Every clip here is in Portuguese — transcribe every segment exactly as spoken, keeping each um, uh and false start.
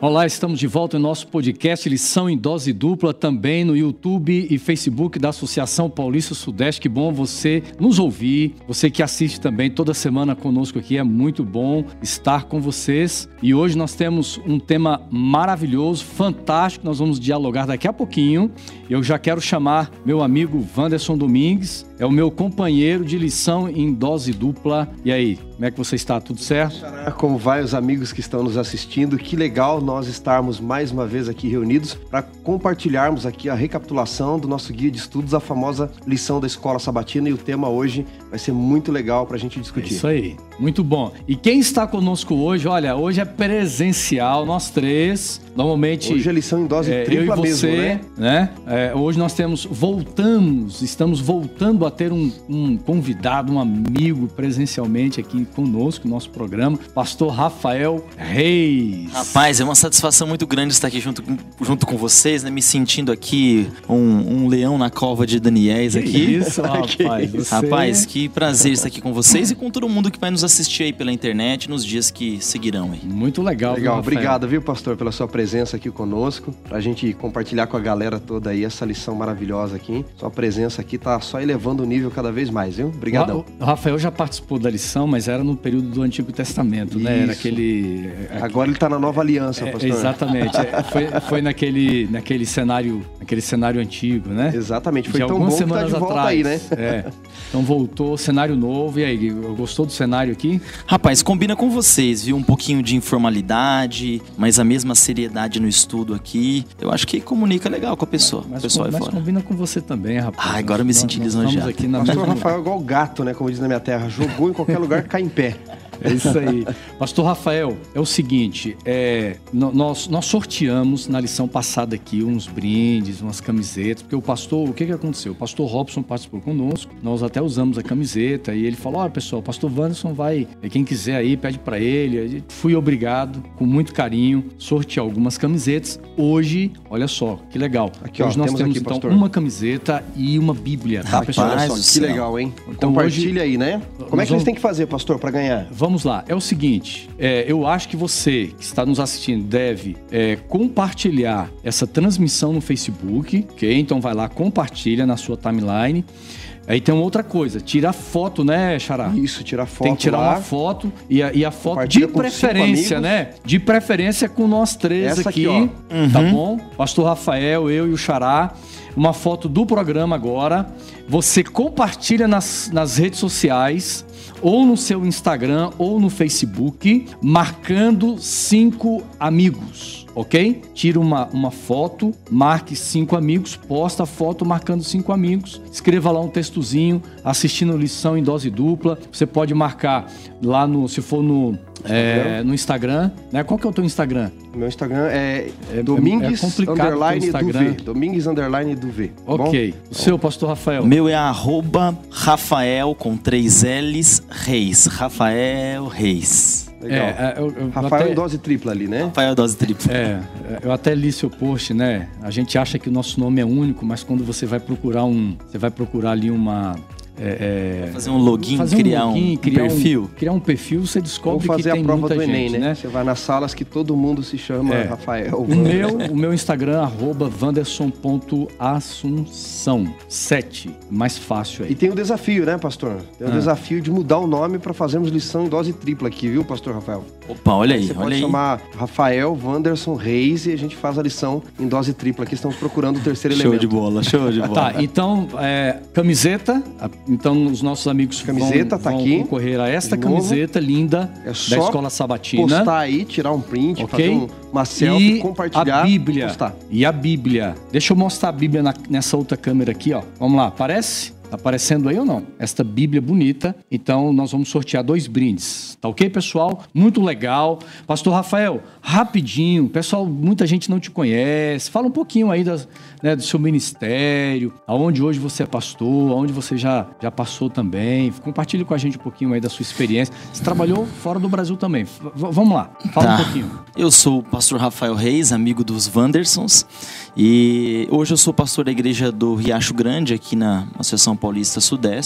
Olá, estamos de volta em nosso podcast Lição em Dose Dupla, também no YouTube e Facebook da Associação Paulista Sudeste. Que bom você nos ouvir, você que assiste também toda semana conosco aqui, é muito bom estar com vocês. E hoje nós temos um tema maravilhoso, fantástico, nós vamos dialogar daqui a pouquinho. Eu já quero chamar meu amigo Wanderson Domingues, é o meu companheiro de Lição em Dose Dupla. E aí, como é que você está? Tudo certo? Como vai os amigos que estão nos assistindo? Que legal nós estarmos mais uma vez aqui reunidos para compartilharmos aqui a recapitulação do nosso guia de estudos, a famosa lição da Escola Sabatina, e o tema hoje vai ser muito legal para a gente discutir. É isso aí, muito bom. E quem está conosco hoje, olha, hoje é presencial, nós três, normalmente... Hoje é lição em dose é, tripla eu e você, mesmo, né? né? É, hoje nós temos, voltamos, estamos voltando a ter um, um convidado, um amigo presencialmente aqui conosco, no nosso programa, pastor Rafael Reis. Rapaz, é uma satisfação muito grande estar aqui junto, junto com vocês, né? Me sentindo aqui um, um leão na cova de Daniéis que aqui. Isso, rapaz. Você... Rapaz, que prazer estar aqui com vocês e com todo mundo que vai nos assistir aí pela internet nos dias que seguirão aí. Muito legal. Legal, viu, obrigado, viu, pastor, pela sua presença aqui conosco, pra gente compartilhar com a galera toda aí essa lição maravilhosa aqui. Sua presença aqui tá só elevando o nível cada vez mais, viu? Obrigadão. O Rafael já participou da lição, mas era no período do Antigo Testamento, né? Era aquele... Agora ele tá na nova aliança, é, pastor. Exatamente. É, foi foi naquele, naquele, cenário, naquele cenário antigo, né? Exatamente. Foi de tão bom que tá de volta atrás. aí, né? É. Então voltou, cenário novo. E aí, gostou do cenário aqui? Rapaz, combina com vocês, viu? Um pouquinho de informalidade, mas a mesma seriedade no estudo aqui. Eu acho que comunica legal com a pessoa. Mas, o pessoal mas, é mas fora. combina com você também, rapaz. Ah, agora eu me senti lisonjeado. Aqui na Pastor mesma... Rafael é igual gato, né? Como diz na minha terra. Jogou em qualquer lugar, cai em pé. É isso aí. Pastor Rafael, é o seguinte, é, nós, nós sorteamos na lição passada aqui uns brindes, umas camisetas, porque o pastor, o que que aconteceu? O pastor Robson participou conosco, nós até usamos a camiseta e ele falou, olha pessoal, o pastor Wanderson vai, quem quiser aí, pede pra ele. Fui obrigado, com muito carinho, sortear algumas camisetas. Hoje, olha só, que legal. Aqui, hoje ó, nós temos temos aqui, então pastor, uma camiseta e uma bíblia, tá, Rapaz, pessoal? Olha só, do que céu. legal, hein? Então, Compartilha hoje, aí, né? Como é que vamos... eles têm que fazer, pastor, pra ganhar? Vamos lá, é o seguinte, é, eu acho que você que está nos assistindo deve é, compartilhar essa transmissão no Facebook, ok? Então vai lá, compartilha na sua timeline. Aí tem uma outra coisa, tira foto, né, Xará? Isso, tirar foto. Tem que tirar lá. uma foto e a, e a foto Compartilha de com preferência, cinco né? De preferência com nós três Essa aqui, aqui, ó. tá Uhum. bom? Pastor Rafael, eu e o Xará. Uma foto do programa agora. Você compartilha nas, nas redes sociais, ou no seu Instagram, ou no Facebook, marcando cinco amigos, ok? Tira uma, uma foto, marque cinco amigos, posta a foto marcando cinco amigos, escreva lá um textozinho, assistindo lição em dose dupla. Você pode marcar lá no, se for no, é, no Instagram, né? Qual que é o teu Instagram? Meu Instagram é, É- Domingues é complicado underline teu do Instagram. V. Domingues underline do V. tá Ok. bom? O seu, pastor Rafael? O meu é arroba Rafael com três L's Reis. Rafael Reis. Legal. É, eu, eu Rafael até- em dose tripla ali, né? Rafael dose tripla. É, eu até li seu post, né? A gente acha que o nosso nome é único, mas quando você vai procurar um, você vai procurar ali uma é, é, Fazer um login, fazer criar login, um criar perfil. criar um perfil, você Ou descobre fazer que tem a prova muita do Enem, gente, né? né? Você vai nas salas que todo mundo se chama É. Rafael. O meu, o meu Instagram, arroba wanderson ponto assunção sete, mais fácil E aí. tem o desafio, né, pastor? Tem o Ah. desafio de mudar o nome para fazermos lição em dose tripla aqui, viu, pastor Rafael? Opa, olha aí, Você olha pode aí. chamar Rafael Wanderson Reis e a gente faz a lição em dose tripla aqui. Estamos procurando o terceiro Show elemento. de bola, show de bola. Tá, então, é, camiseta. a- Então, os nossos amigos Camiseta vão, tá vão aqui, concorrer a esta de novo. camiseta linda É da só Escola Sabatina. Postar aí, tirar um print, Ok? fazer um- uma selfie, E compartilhar a Bíblia. postar. E a Bíblia. Deixa eu mostrar a Bíblia na- nessa outra câmera aqui, ó. Vamos lá, aparece? Tá aparecendo aí ou não? Esta Bíblia bonita. Então, nós vamos sortear dois brindes. Tá ok, pessoal? Muito legal. Pastor Rafael, rapidinho. Pessoal, muita gente não te conhece. Fala um pouquinho aí das, né, do seu ministério, aonde hoje você é pastor, aonde você já, já passou também. Compartilhe com a gente um pouquinho aí da sua experiência. Você trabalhou fora do Brasil também. V- vamos lá, fala Tá. um pouquinho. Eu sou o pastor Rafael Reis, amigo dos Wandersons, e hoje eu sou pastor da igreja do Riacho Grande, aqui na Associação Paulista Sudeste.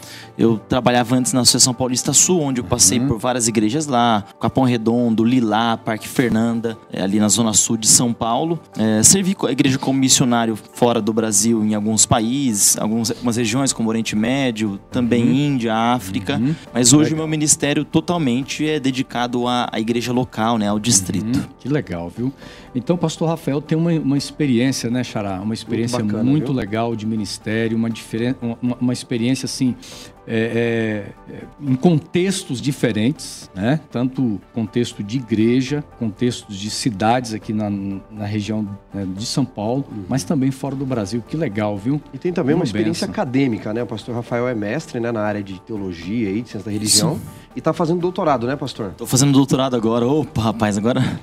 Eu trabalhava antes na Associação Paulista Sul, onde eu passei uhum. por várias igrejas lá, Capão Redondo, Lilá, Parque Fernanda, é, ali na zona sul de São Paulo. É, servi a igreja como missionário fora do Brasil em alguns países, alguns, algumas regiões como Oriente Médio, também uhum. Índia, África. Uhum. Mas hoje legal. O meu ministério totalmente é dedicado à, à igreja local, né, ao distrito. Uhum. Que legal, viu? Então, pastor Rafael tem uma, uma experiência, né, Xará? Uma experiência muito, bacana, muito legal de ministério, uma, diferen... uma, uma experiência, assim, é, é, em contextos diferentes, né? Tanto contexto de igreja, contextos de cidades aqui na, na região, né, de São Paulo, uhum. mas também fora do Brasil. Que legal, viu? E tem também uma, uma experiência benção. acadêmica, né? O pastor Rafael é mestre, né, na área de teologia e de ciência da religião. Sim. E tá fazendo doutorado, né, pastor? Tô fazendo doutorado agora. Opa, rapaz, agora...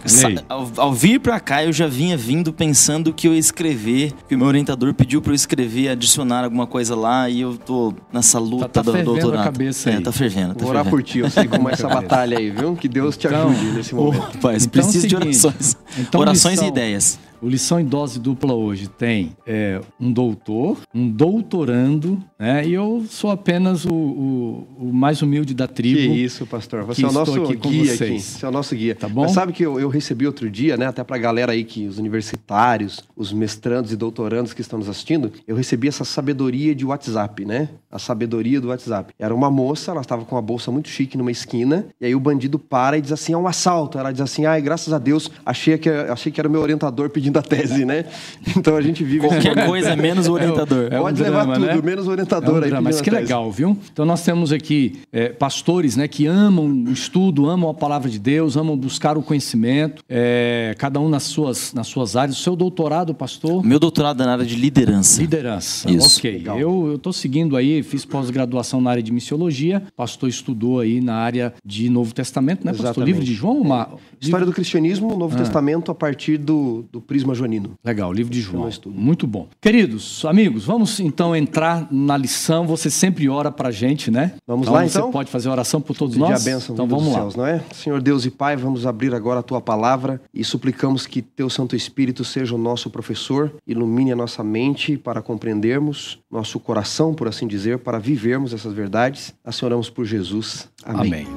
Ao, ao vir pra cá, eu já vinha vindo pensando que eu ia escrever, que o meu orientador pediu pra eu escrever, adicionar alguma coisa lá, e eu tô nessa luta tá, tá do doutorado. A cabeça aí. É, tá fervendo. Tá Vou orar fervendo. por ti, eu sei como é essa batalha aí, viu? Que Deus te então, ajude nesse momento. Oh, rapaz, então, preciso é seguinte, de orações. Então, orações lição, e ideias. O Lição em Dose Dupla hoje tem é, um doutor, um doutorando, né? E eu sou apenas o, o, o mais humilde da tribo. Que isso, pastor. Você é o nosso aqui guia aqui. Você é o nosso guia. Tá bom? Mas sabe que eu, eu recebi outro dia, né? Até pra galera aí, que os universitários, os mestrandos e doutorandos que estão nos assistindo, eu recebi essa sabedoria de WhatsApp, né? A sabedoria do WhatsApp. Era uma moça, ela estava com uma bolsa muito chique numa esquina, e aí o bandido para e diz assim, é um assalto. Ela diz assim, ai, graças a Deus, achei que, achei que era o meu orientador pedindo da tese, né? Então a gente vive... Qualquer coisa menos o orientador. É, é Pode um levar drama, tudo, né? Menos o orientador. É um aí mas que legal, viu? Então nós temos aqui é, pastores, né, que amam o estudo, amam a palavra de Deus, amam buscar o conhecimento, é, cada um nas suas, nas suas áreas. O seu doutorado, pastor? Meu doutorado é na área de liderança. Liderança, isso. Ok. Legal. Eu estou seguindo aí, fiz pós-graduação na área de missiologia, pastor estudou aí na área de Novo Testamento, né, pastor? Exatamente. Livro de João? Uma... História do cristianismo, Novo ah. Testamento a partir do, do prisma joanino. Legal, livro de João. Muito bom. Queridos amigos, vamos então entrar na lição. Você sempre ora pra gente, né? Vamos então, lá, você então? Você pode fazer oração por todos Pedir nós? a bênção então dos vamos céus, lá. Não é? Senhor Deus e Pai, vamos abrir agora a Tua palavra e suplicamos que Teu Santo Espírito seja o nosso professor, ilumine a nossa mente para compreendermos, nosso coração, por assim dizer, para vivermos essas verdades. Assim oramos por Jesus. Amém. Amém.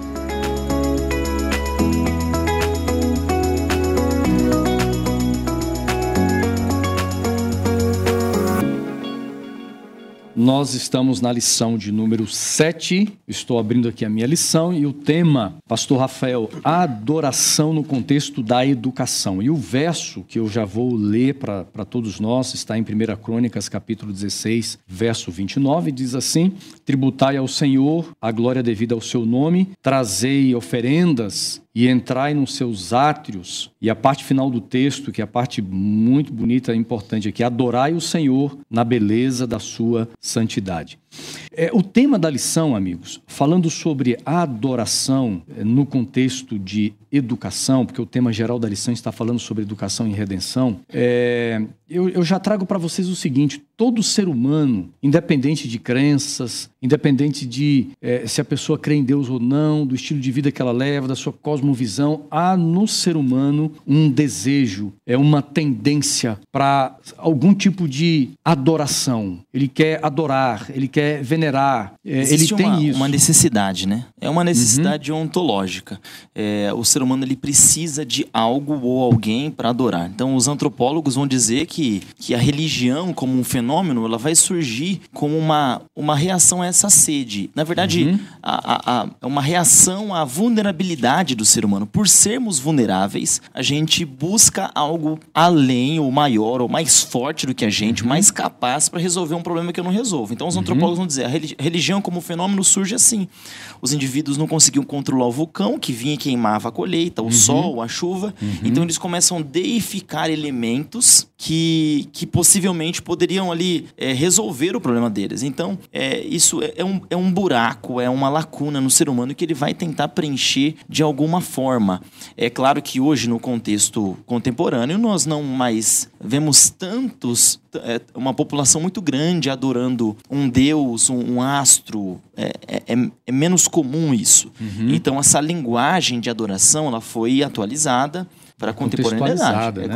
Nós estamos na lição de número sete, estou abrindo aqui a minha lição e o tema, pastor Rafael, adoração no contexto da educação. E o verso que eu já vou ler para todos nós está em primeira Crônicas, capítulo dezesseis, verso vinte e nove, diz assim, tributai ao Senhor a glória devida ao seu nome, trazei oferendas e entrai nos seus átrios. E a parte final do texto, que é a parte muito bonita e importante aqui, adorai o Senhor na beleza da sua santidade. É, o tema da lição, amigos, falando sobre a adoração é, no contexto de educação, porque o tema geral da lição está falando sobre educação e redenção, é, eu, eu já trago para vocês o seguinte, todo ser humano, independente de crenças, independente de é, se a pessoa crê em Deus ou não, do estilo de vida que ela leva, da sua cosmovisão, há no ser humano um desejo, é uma tendência para algum tipo de adoração. Ele quer adorar, ele quer venerar, é, ele tem uma, isso. uma necessidade, né? É uma necessidade uhum. ontológica. É, o ser humano ele precisa de algo ou alguém para adorar. Então, os antropólogos vão dizer que, que a religião, como um fenômeno, ela vai surgir como uma, uma reação a essa sede. Na verdade, uhum. a, a, a, uma reação à vulnerabilidade do ser humano. Por sermos vulneráveis, a gente busca algo além, ou maior, ou mais forte do que a gente, uhum. mais capaz para resolver um problema que eu não resolvo. Então, os uhum. antropólogos vão dizer, a religião como fenômeno surge assim. Os indivíduos não conseguiam controlar o vulcão, que vinha e queimava a colheita, o uhum. sol, a chuva. Uhum. Então, eles começam a deificar elementos que, que possivelmente poderiam ali é, resolver o problema deles. Então, é, isso é, é, um, é um buraco, é uma lacuna no ser humano que ele vai tentar preencher de alguma forma. É claro que hoje, no contexto contemporâneo, nós não mais vemos tantos, é, uma população muito grande adorando um Deus, um, um astro. É, é, é menos comum isso. Uhum. Então, essa linguagem de adoração ela foi atualizada para a contemporaneidade, é né? claro.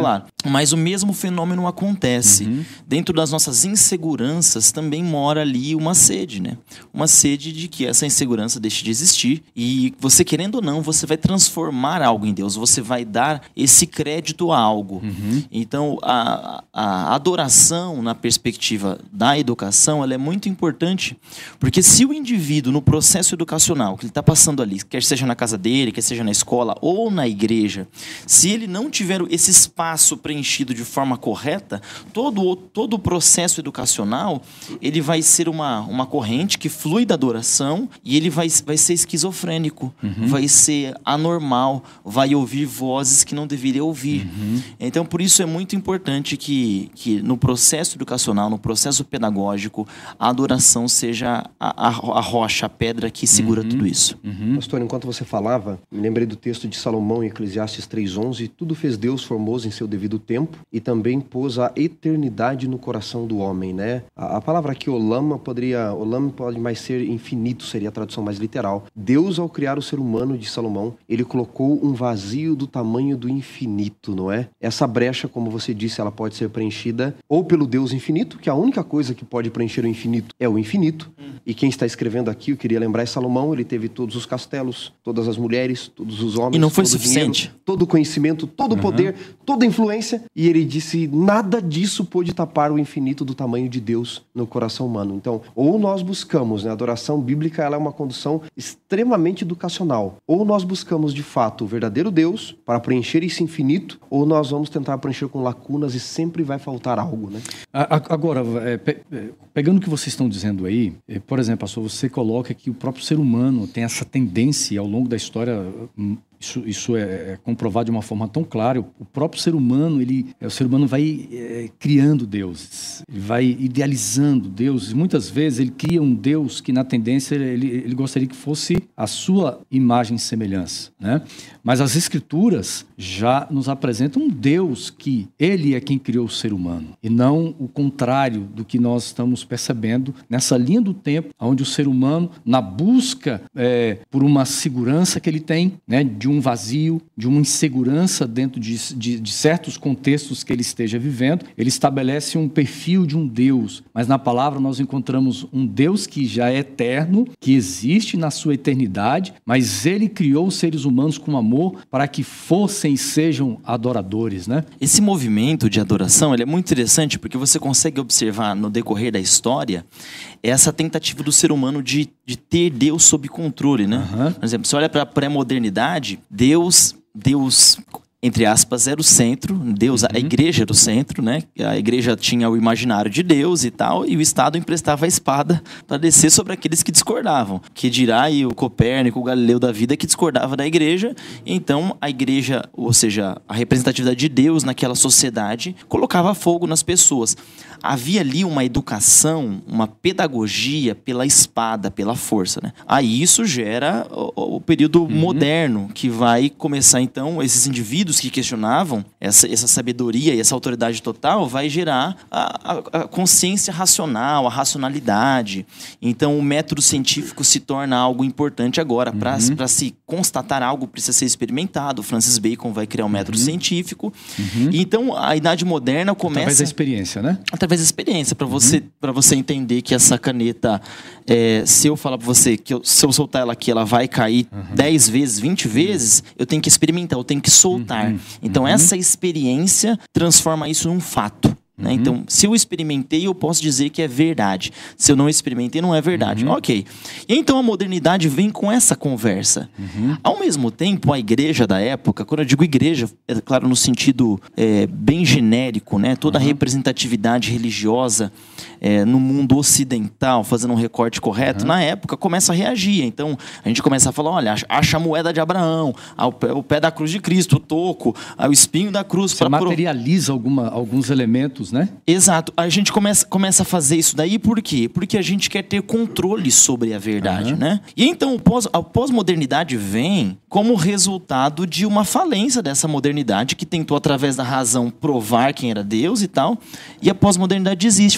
Mas o mesmo fenômeno acontece. Uhum. Dentro das nossas inseguranças também mora ali uma sede, né? Uma sede de que essa insegurança deixe de existir. E você, querendo ou não, você vai transformar algo em Deus. Você vai dar esse crédito a algo. Uhum. Então, a, a adoração na perspectiva da educação, ela é muito importante. Porque se o indivíduo, no processo educacional que ele está passando ali, quer seja na casa dele, quer seja na escola ou na igreja, se ele não tiver esse espaço para preenchido de forma correta, todo, todo o processo educacional, ele vai ser uma, uma corrente que flui da adoração e ele vai, vai ser esquizofrênico, uhum. vai ser anormal, vai ouvir vozes que não deveria ouvir. Uhum. Então, por isso é muito importante que, que no processo educacional, no processo pedagógico, a adoração seja a, a, a rocha, a pedra que segura uhum. tudo isso. Uhum. Pastor, enquanto você falava, me lembrei do texto de Salomão em Eclesiastes três onze, tudo fez Deus formoso em seu devido tempo e também pôs a eternidade no coração do homem, né? A, a palavra aqui, olama, poderia, olama pode mais ser infinito, seria a tradução mais literal. Deus, ao criar o ser humano, de Salomão, ele colocou um vazio do tamanho do infinito, não é? Essa brecha, como você disse, ela pode ser preenchida ou pelo Deus infinito, que a única coisa que pode preencher o infinito é o infinito. Hum. E quem está escrevendo aqui, eu queria lembrar, é Salomão. Ele teve todos os castelos, todas as mulheres, todos os homens. E não foi todo suficiente. O dinheiro, todo o conhecimento, todo o uhum. poder, toda a influência. E ele disse, nada disso pôde tapar o infinito do tamanho de Deus no coração humano. Então, ou nós buscamos, né, a adoração bíblica, ela é uma condução extremamente educacional. Ou nós buscamos, de fato, o verdadeiro Deus para preencher esse infinito, ou nós vamos tentar preencher com lacunas e sempre vai faltar algo, né? Agora, é, pe, pegando o que vocês estão dizendo aí, é, por exemplo, pastor, você coloca que o próprio ser humano tem essa tendência ao longo da história. Isso, isso é, é comprovado de uma forma tão clara. O próprio ser humano, ele, o ser humano vai é, criando deuses, ele vai idealizando deuses. Muitas vezes ele cria um Deus que, na tendência, ele, ele gostaria que fosse a sua imagem e semelhança, né? Mas as Escrituras já nos apresentam um Deus que ele é quem criou o ser humano, e não o contrário do que nós estamos percebendo nessa linha do tempo, onde o ser humano, na busca é, por uma segurança que ele tem, né, de um vazio, de uma insegurança dentro de, de, de certos contextos que ele esteja vivendo, ele estabelece um perfil de um Deus. Mas na palavra nós encontramos um Deus que já é eterno, que existe na sua eternidade, mas ele criou os seres humanos com amor para que fossem e sejam adoradores, né? Esse movimento de adoração, ele é muito interessante porque você consegue observar no decorrer da história essa tentativa do ser humano de, de ter Deus sob controle, né? Uhum. Por exemplo, você olha para a pré-modernidade, Deus, Deus, entre aspas, era o centro, Deus, uhum. a igreja era o centro, né? A igreja tinha o imaginário de Deus e tal, e o Estado emprestava a espada para descer sobre aqueles que discordavam. Que dirá aí o Copérnico, o Galileu da vida, que discordava da igreja. Então, a igreja, ou seja, a representatividade de Deus naquela sociedade, colocava fogo nas pessoas. Havia ali uma educação, uma pedagogia pela espada, pela força, né? Aí isso gera o, o período uhum. moderno, que vai começar, então, esses indivíduos que questionavam essa, essa sabedoria e essa autoridade total, vai gerar a, a, a consciência racional, a racionalidade. Então, o método científico se torna algo importante agora. Uhum. Para se constatar algo, precisa ser experimentado. Francis Bacon vai criar um método uhum. científico. Uhum. Então, a Idade Moderna começa... Através da experiência, né? Através da experiência, para você, uhum. para você entender que essa caneta, é, se eu falar para você que eu, se eu soltar ela aqui, ela vai cair uhum. dez vezes, vinte vezes, eu tenho que experimentar, eu tenho que soltar. Uhum. Então, uhum. essa experiência transforma isso num fato. Né? Uhum. Então, se eu experimentei, eu posso dizer que é verdade. Se eu não experimentei, não é verdade. Uhum. Ok. E então a modernidade vem com essa conversa. Uhum. Ao mesmo tempo, a igreja da época, quando eu digo igreja, é claro, no sentido é, bem genérico, né? Toda uhum. a representatividade religiosa é, no mundo ocidental, fazendo um recorte correto, uhum. na época começa a reagir. Então, a gente começa a falar, olha, acha a moeda de Abraão, o pé, o pé da cruz de Cristo, o toco, o espinho da cruz. Você materializa pro... alguma, alguns elementos, né? Exato. A gente começa, começa a fazer isso daí por quê? Porque a gente quer ter controle sobre a verdade, uhum. né? E então pós, a pós-modernidade vem como resultado de uma falência dessa modernidade que tentou, através da razão, provar quem era Deus e tal. E a pós-modernidade desiste. Fala assim, não, gente,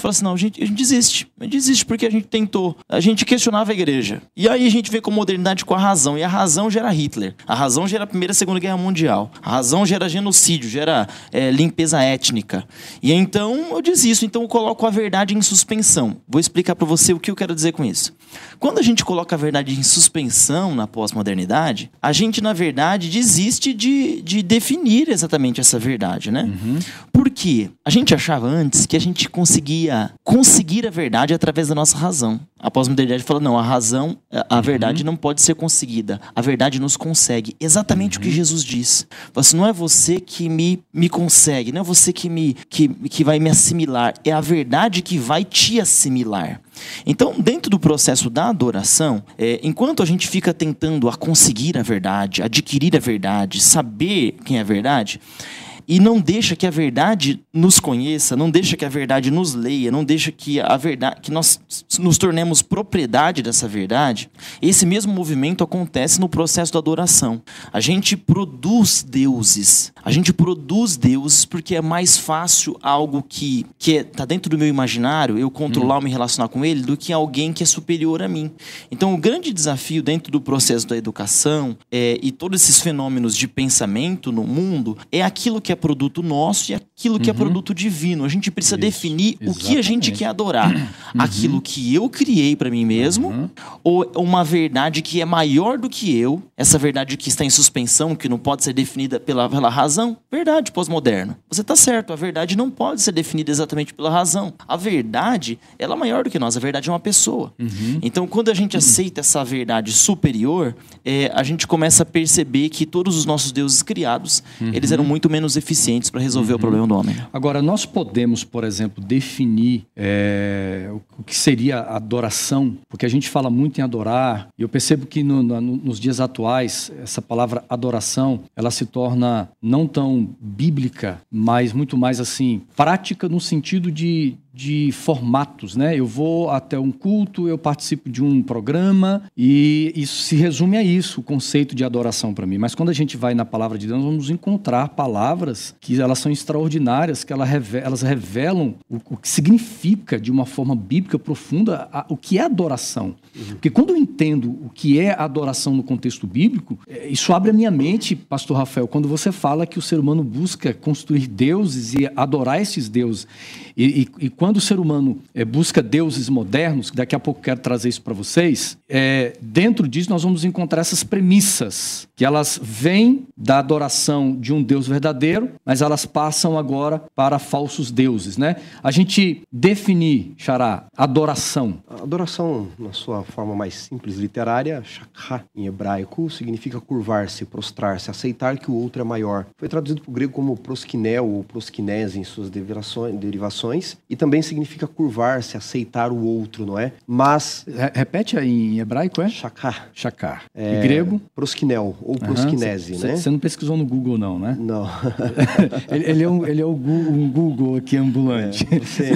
gente, a gente desiste. A gente desiste porque a gente tentou. A gente questionava a igreja. E aí a gente vê com a modernidade com a razão. E a razão gera Hitler. A razão gera a Primeira e Segunda Guerra Mundial. A razão gera genocídio, gera é, limpeza étnica. E então eu desisto. Então eu coloco a verdade em suspensão. Vou explicar para você o que eu quero dizer com isso. Quando a gente coloca a verdade em suspensão na pós-modernidade, a gente, na verdade, desiste de, de definir exatamente essa verdade, né? Uhum. Por quê? A gente achava antes que a gente conseguia conseguir a verdade através da nossa razão. A pós-modernidade falou, não, a razão, a verdade uhum. não pode ser conseguida. A verdade nos consegue. Exatamente uhum. o que Jesus diz. Assim, não é você que me, me consegue, não é você que, me, que, que vai me assimilar. É a verdade que vai te assimilar. Então, dentro do processo da adoração, é, enquanto a gente fica tentando a conseguir a verdade, adquirir a verdade, saber quem é a verdade, e não deixa que a verdade nos conheça, não deixa que a verdade nos leia, não deixa que a verdade, que nós nos tornemos propriedade dessa verdade, esse mesmo movimento acontece no processo da adoração. A gente produz deuses, a gente produz deuses porque é mais fácil algo que que está dentro do meu imaginário, eu controlar ou me relacionar com ele, do que alguém que é superior a mim. Então, o grande desafio dentro do processo da educação é, e todos esses fenômenos de pensamento no mundo é aquilo que é produto nosso e aquilo que uhum. é produto divino. A gente precisa Isso, definir exatamente. O que a gente quer adorar. Uhum. Aquilo que eu criei para mim mesmo uhum. ou uma verdade que é maior do que eu, essa verdade que está em suspensão, que não pode ser definida pela, pela razão. Verdade pós-moderna. Você está certo, a verdade não pode ser definida exatamente pela razão. A verdade, ela é maior do que nós. A verdade é uma pessoa. Uhum. Então, quando a gente aceita essa verdade superior, é, a gente começa a perceber que todos os nossos deuses criados, uhum. eles eram muito menos eficientes para resolver uhum. o problema do homem. Agora, nós podemos, por exemplo, definir é, o que seria adoração, porque a gente fala muito em adorar, e eu percebo que no, no, nos dias atuais, essa palavra adoração, ela se torna não tão bíblica, mas muito mais assim, prática no sentido de de formatos, né? Eu vou até um culto, eu participo de um programa e isso se resume a isso, o conceito de adoração para mim. Mas quando a gente vai na palavra de Deus, nós vamos encontrar palavras que elas são extraordinárias, que elas revelam o, o que significa de uma forma bíblica profunda a, o que é adoração. Uhum. Porque quando eu entendo o que é adoração no contexto bíblico, isso abre a minha mente, pastor Rafael, quando você fala que o ser humano busca construir deuses e adorar esses deuses. E, e, e quando o ser humano é, busca deuses modernos, daqui a pouco eu quero trazer isso para vocês, é, dentro disso nós vamos encontrar essas premissas, que elas vêm da adoração de um Deus verdadeiro, mas elas passam agora para falsos deuses, né? A gente definir, Xará, adoração. A adoração, na sua forma mais simples literária, shakha, em hebraico, significa curvar-se, prostrar-se, aceitar que o outro é maior. Foi traduzido para o grego como proskinel ou proskinese em suas derivações, e também significa curvar-se, aceitar o outro, não é? Mas... Repete aí em hebraico, é? Shakar. Shakar. É, e grego? Proskinel, ou proskinese, uhum. né? Você não pesquisou no Google, não, né? Não. ele, ele é, um, ele é o Google, um Google aqui ambulante. É, você,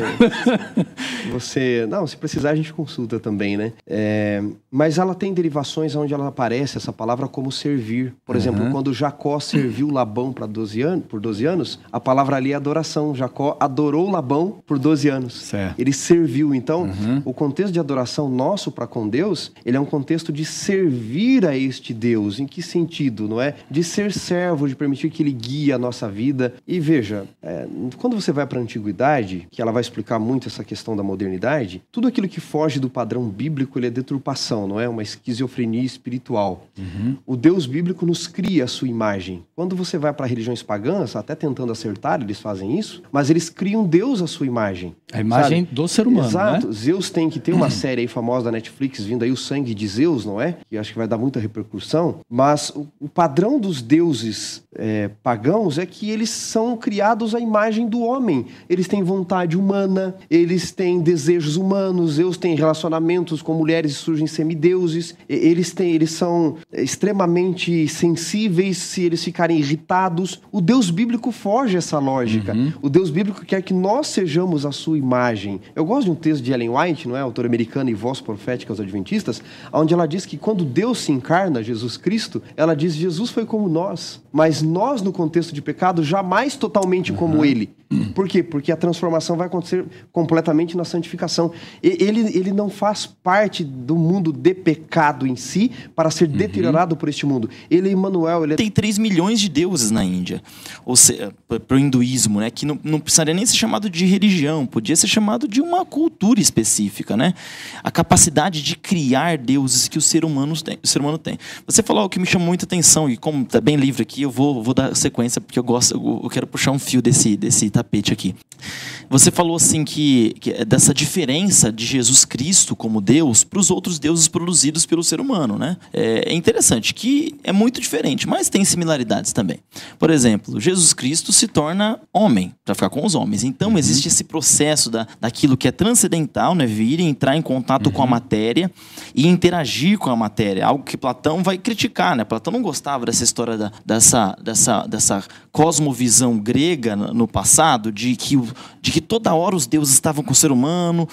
você... Não, se precisar a gente consulta também, né? É, mas ela tem derivações onde ela aparece, essa palavra, como servir. Por uhum. exemplo, quando Jacó serviu Labão para doze anos, por doze anos, a palavra ali é adoração. Jacó adorou Labão por doze anos. Certo. Ele serviu. Então, uhum. o contexto de adoração nosso para com Deus, ele é um contexto de servir a este Deus. Em que sentido, não é? De ser servo, de permitir que ele guie a nossa vida. E veja, é, quando você vai para a antiguidade, que ela vai explicar muito essa questão da modernidade, tudo aquilo que foge do padrão bíblico, ele é deturpação, não é? Uma esquizofrenia espiritual. Uhum. O Deus bíblico nos cria a sua imagem. Quando você vai para religiões pagãs, até tentando acertar, eles fazem isso, mas eles criam Deus a sua imagem. A imagem sabe? Do ser humano, Exato. Né? Zeus tem que ter uma série aí famosa da Netflix, vindo aí o sangue de Zeus, não é? Que acho que vai dar muita repercussão. Mas o, o padrão dos deuses é, pagãos é que eles são criados à imagem do homem. Eles têm vontade humana, eles têm desejos humanos, Zeus tem relacionamentos com mulheres e surgem semideuses, eles, têm, eles são extremamente sensíveis se eles ficarem irritados. O Deus bíblico foge essa lógica. Uhum. O Deus bíblico quer que nós sejamos a sua imagem. Eu gosto de um texto de Ellen White, não é? Autora americana e voz profética aos adventistas, onde ela diz que quando Deus se encarna, Jesus Cristo, ela diz, Jesus foi como nós, mas nós, no contexto de pecado, jamais totalmente uhum. como ele. Por quê? Porque a transformação vai acontecer completamente na santificação. Ele, ele não faz parte do mundo de pecado em si para ser uhum. deteriorado por este mundo. Ele é Emmanuel. Ele é... Tem três milhões de deuses na Índia, ou seja, para o hinduísmo, né? Que não, não precisaria nem ser chamado de religião, podia ser chamado de uma cultura específica, né? A capacidade de criar deuses que o ser humano tem. O ser humano tem. Você falou algo que me chamou muita atenção, e como está bem livre aqui, eu vou, vou dar sequência, porque eu gosto, eu, eu quero puxar um fio desse, desse tapete aqui. Você falou assim que, que dessa diferença de Jesus Cristo como Deus para os outros deuses produzidos pelo ser humano, né? É interessante que é muito diferente, mas tem similaridades também. Por exemplo, Jesus Cristo se torna homem para ficar com os homens. Então existe esse processo da, daquilo que é transcendental, né? Vir e entrar em contato uhum. com a matéria e interagir com a matéria, algo que Platão vai criticar, né? Platão não gostava dessa história da, dessa, dessa, dessa cosmovisão grega no passado, de que, de que toda hora os deuses estavam com o ser humano,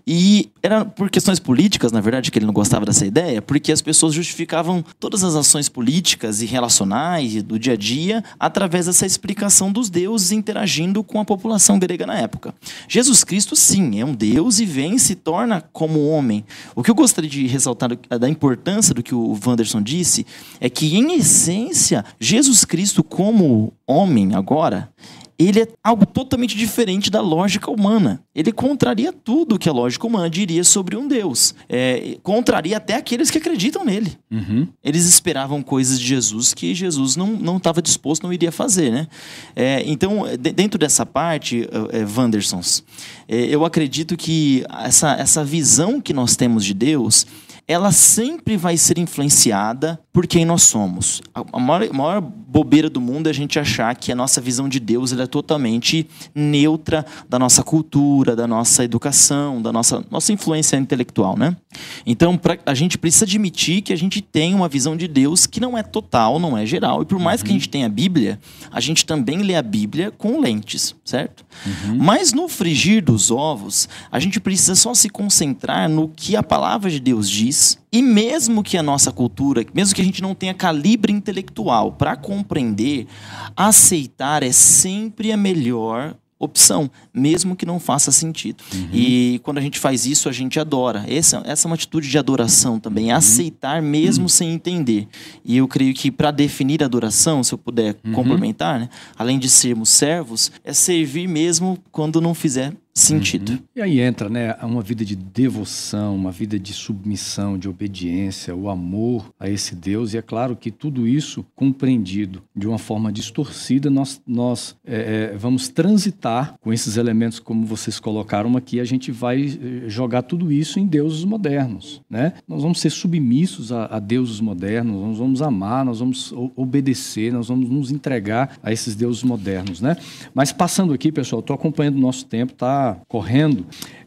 e era por questões políticas, na verdade, que ele não gostava dessa ideia, porque as pessoas justificavam todas as ações políticas e relacionais do dia a dia através dessa explicação dos deuses interagindo com a população grega na época. Jesus Cristo, sim, é um Deus e vem e se torna como homem. O que eu gostaria de ressaltar da importância do que o Wanderson disse é que, em essência, Jesus Cristo como homem agora, ele é algo totalmente diferente da lógica humana. Ele contraria tudo que a lógica humana diria sobre um Deus. É, contraria até aqueles que acreditam nele. Uhum. Eles esperavam coisas de Jesus que Jesus não não estava disposto, não iria fazer, né? É, então, de, dentro dessa parte, é, Wandersons, é, eu acredito que essa, essa visão que nós temos de Deus, ela sempre vai ser influenciada por quem nós somos. A maior, a maior bobeira do mundo é a gente achar que a nossa visão de Deus ela é totalmente neutra da nossa cultura, da nossa educação, da nossa, nossa influência intelectual, né? Então, pra, a gente precisa admitir que a gente tem uma visão de Deus que não é total, não é geral. E por mais uhum. que a gente tenha a Bíblia, a gente também lê a Bíblia com lentes, certo? Uhum. Mas no frigir dos ovos, a gente precisa só se concentrar no que a palavra de Deus diz. E mesmo que a nossa cultura, mesmo que a gente não tenha calibre intelectual para compreender, aceitar é sempre a melhor opção, mesmo que não faça sentido. Uhum. E quando a gente faz isso, a gente adora. Essa, essa é uma atitude de adoração também, uhum. aceitar mesmo uhum. sem entender. E eu creio que para definir a adoração, se eu puder uhum. complementar, né, além de sermos servos, é servir mesmo quando não fizer sentido. Uhum. E aí entra, né, uma vida de devoção, uma vida de submissão, de obediência, o amor a esse Deus. E é claro que tudo isso compreendido de uma forma distorcida, nós, nós é, é, vamos transitar com esses elementos como vocês colocaram aqui. A gente vai jogar tudo isso em deuses modernos, né? Nós vamos ser submissos a, a deuses modernos, nós vamos amar, nós vamos obedecer, nós vamos nos entregar a esses deuses modernos, né? Mas passando aqui, pessoal, estou acompanhando o nosso tempo, tá correndo.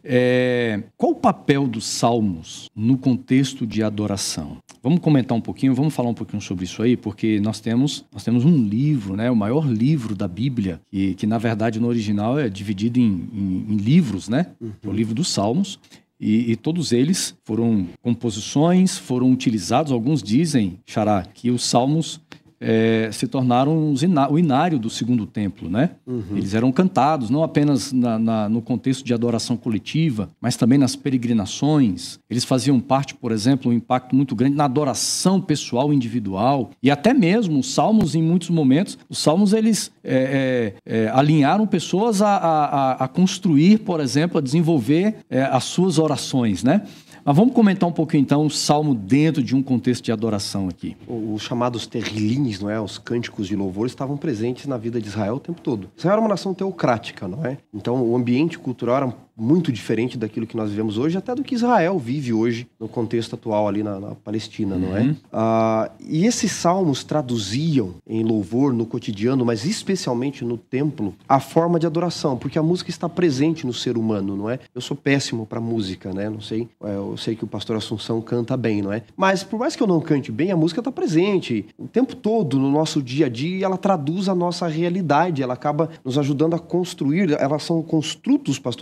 É, qual o papel dos salmos no contexto de adoração? Vamos comentar um pouquinho, vamos falar um pouquinho sobre isso aí, porque nós temos, nós temos um livro, né, o maior livro da Bíblia, que, que na verdade no original é dividido em, em, em livros, né? Uhum. O livro dos salmos. E, e todos eles foram composições, foram utilizados. Alguns dizem, Xará, que os salmos É, se tornaram o inário do segundo templo, né? Uhum. Eles eram cantados não apenas na, na, no contexto de adoração coletiva, mas também nas peregrinações. Eles faziam parte, por exemplo, um impacto muito grande na adoração pessoal individual, e até mesmo os salmos, em muitos momentos, os salmos eles é, é, é, alinharam pessoas a, a, a construir, por exemplo, a desenvolver é, as suas orações, né? Mas vamos comentar um pouquinho, então, o salmo dentro de um contexto de adoração aqui. Os chamados terrilins, não é? Os cânticos de louvor estavam presentes na vida de Israel o tempo todo. Israel era uma nação teocrática, não é? Então, o ambiente cultural era muito diferente daquilo que nós vivemos hoje, até do que Israel vive hoje no contexto atual ali na, na Palestina, uhum. não é? Ah, e esses salmos traduziam em louvor no cotidiano, mas especialmente no templo, a forma de adoração, porque a música está presente no ser humano, não é? Eu sou péssimo para música, né? Não sei, eu sei que o pastor Assunção canta bem, não é? Mas por mais que eu não cante bem, a música está presente o tempo todo no nosso dia a dia, e ela traduz a nossa realidade, ela acaba nos ajudando a construir, elas são construtos, pastor Assunção,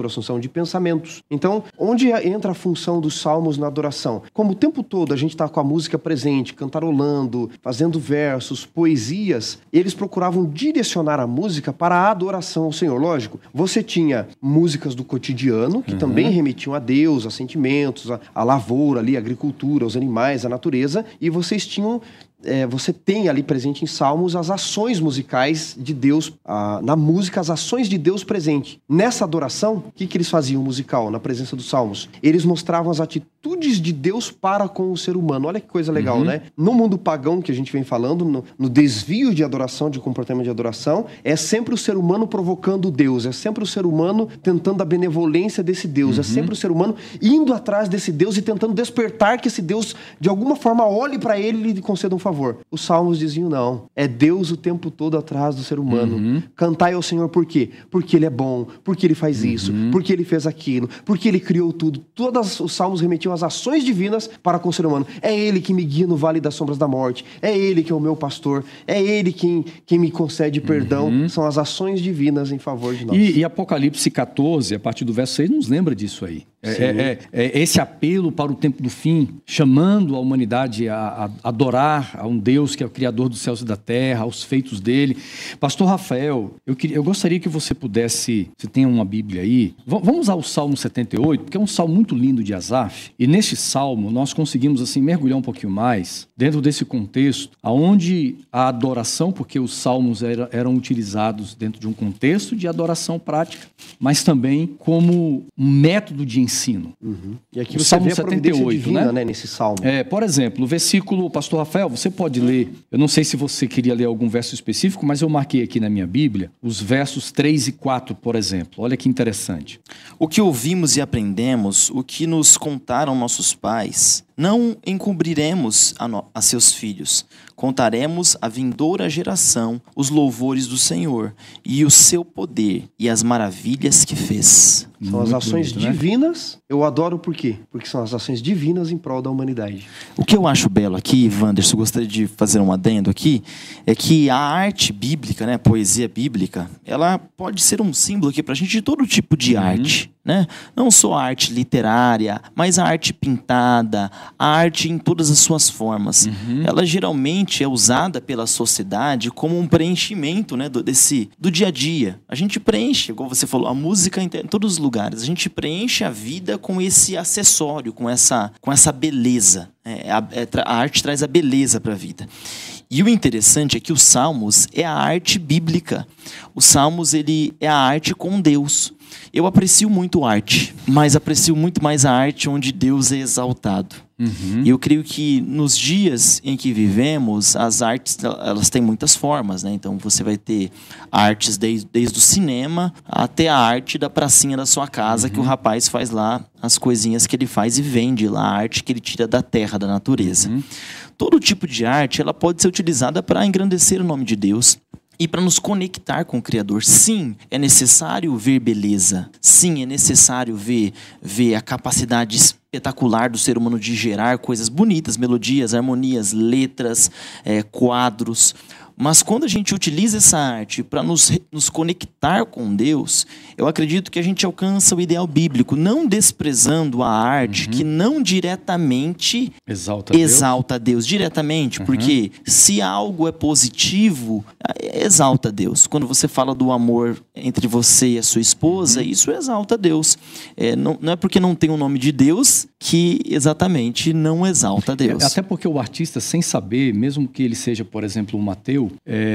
de pensamentos. Então, onde entra a função dos salmos na adoração? Como o tempo todo a gente está com a música presente, cantarolando, fazendo versos, poesias, eles procuravam direcionar a música para a adoração ao Senhor. Lógico, você tinha músicas do cotidiano, que uhum. também remetiam a Deus, a sentimentos, a, a lavoura ali, a agricultura, os animais, a natureza, e vocês tinham... É, você tem ali presente em Salmos as ações musicais de Deus, a, na música, as ações de Deus presente. Nessa adoração, o que, que eles faziam musical, na presença dos Salmos? Eles mostravam as atitudes de Deus para com o ser humano. Olha que coisa legal, uhum. né? No mundo pagão que a gente vem falando, no, no desvio de adoração, de comportamento de adoração, é sempre o ser humano provocando Deus, é sempre o ser humano tentando a benevolência desse Deus, uhum. é sempre o ser humano indo atrás desse Deus e tentando despertar que esse Deus, de alguma forma, olhe para ele e lhe conceda um favor. Os salmos diziam não, é Deus o tempo todo atrás do ser humano. Uhum. Cantai ao Senhor por quê? Porque Ele é bom, porque Ele faz uhum. isso, porque Ele fez aquilo, porque Ele criou tudo. Todos os salmos remetiam às ações divinas para com o ser humano. É Ele que me guia no vale das sombras da morte, é Ele que é o meu pastor, é Ele quem, quem me concede perdão. Uhum. São as ações divinas em favor de nós. E, e Apocalipse catorze, a partir do verso seis, nos lembra disso aí. É, é, é esse apelo para o tempo do fim, chamando a humanidade a, a adorar a um Deus que é o Criador dos céus e da terra, aos feitos dele. Pastor Rafael, eu, queria, eu gostaria que você pudesse, você tem uma Bíblia aí, vamos usar o Salmo setenta e oito, porque é um salmo muito lindo de Asaf, e neste salmo nós conseguimos assim mergulhar um pouquinho mais dentro desse contexto, aonde a adoração, porque os salmos era, eram utilizados dentro de um contexto de adoração prática, mas também como um método de ensino. Ensino. Uhum. E aqui o você Salmo vê a setenta e oito, divina, né? né? Nesse salmo. É, por exemplo, o versículo, Pastor Rafael, você pode ler, eu não sei se você queria ler algum verso específico, mas eu marquei aqui na minha Bíblia os versos três e quatro, por exemplo. Olha que interessante. O que ouvimos e aprendemos, o que nos contaram nossos pais, não encobriremos a, no, a seus filhos. Contaremos à vindoura geração os louvores do Senhor e o seu poder e as maravilhas que fez. São Muito as ações bonito, divinas, né? Eu adoro por quê? Porque são as ações divinas em prol da humanidade. O que eu acho belo aqui, Wanderson, gostaria de fazer um adendo aqui, é que a arte bíblica, né, a poesia bíblica, ela pode ser um símbolo aqui pra gente de todo tipo de uhum. arte, né? Não só a arte literária, mas a arte pintada, a arte em todas as suas formas. Uhum. Ela geralmente é usada pela sociedade como um preenchimento, né, do, desse, do dia a dia. A gente preenche, como você falou, a música em, em todos os lugares. A gente preenche a vida com esse acessório, com essa, com essa beleza. É, a, é, a arte traz a beleza para a vida. E o interessante é que os Salmos é a arte bíblica. Os Salmos ele é a arte com Deus. Eu aprecio muito arte, mas aprecio muito mais a arte onde Deus é exaltado. Uhum. E eu creio que nos dias em que vivemos, as artes elas têm muitas formas, né? Então você vai ter artes desde, desde o cinema até a arte da pracinha da sua casa, uhum. que o rapaz faz lá as coisinhas que ele faz e vende lá, a arte que ele tira da terra, da natureza. Uhum. Todo tipo de arte ela pode ser utilizada para engrandecer o nome de Deus. E para nos conectar com o Criador. Sim, é necessário ver beleza. Sim, é necessário ver, ver a capacidade espetacular do ser humano de gerar coisas bonitas, melodias, harmonias, letras, é, quadros. Mas quando a gente utiliza essa arte para nos, nos conectar com Deus, eu acredito que a gente alcança o ideal bíblico, não desprezando a arte uhum. que não diretamente exalta, exalta Deus. Deus diretamente, uhum. porque se algo é positivo, exalta Deus. Quando você fala do amor entre você e a sua esposa, uhum. isso exalta Deus. É, não, não é porque não tem o nome de Deus que exatamente não exalta Deus. É, até porque o artista, sem saber, mesmo que ele seja, por exemplo, um ateu,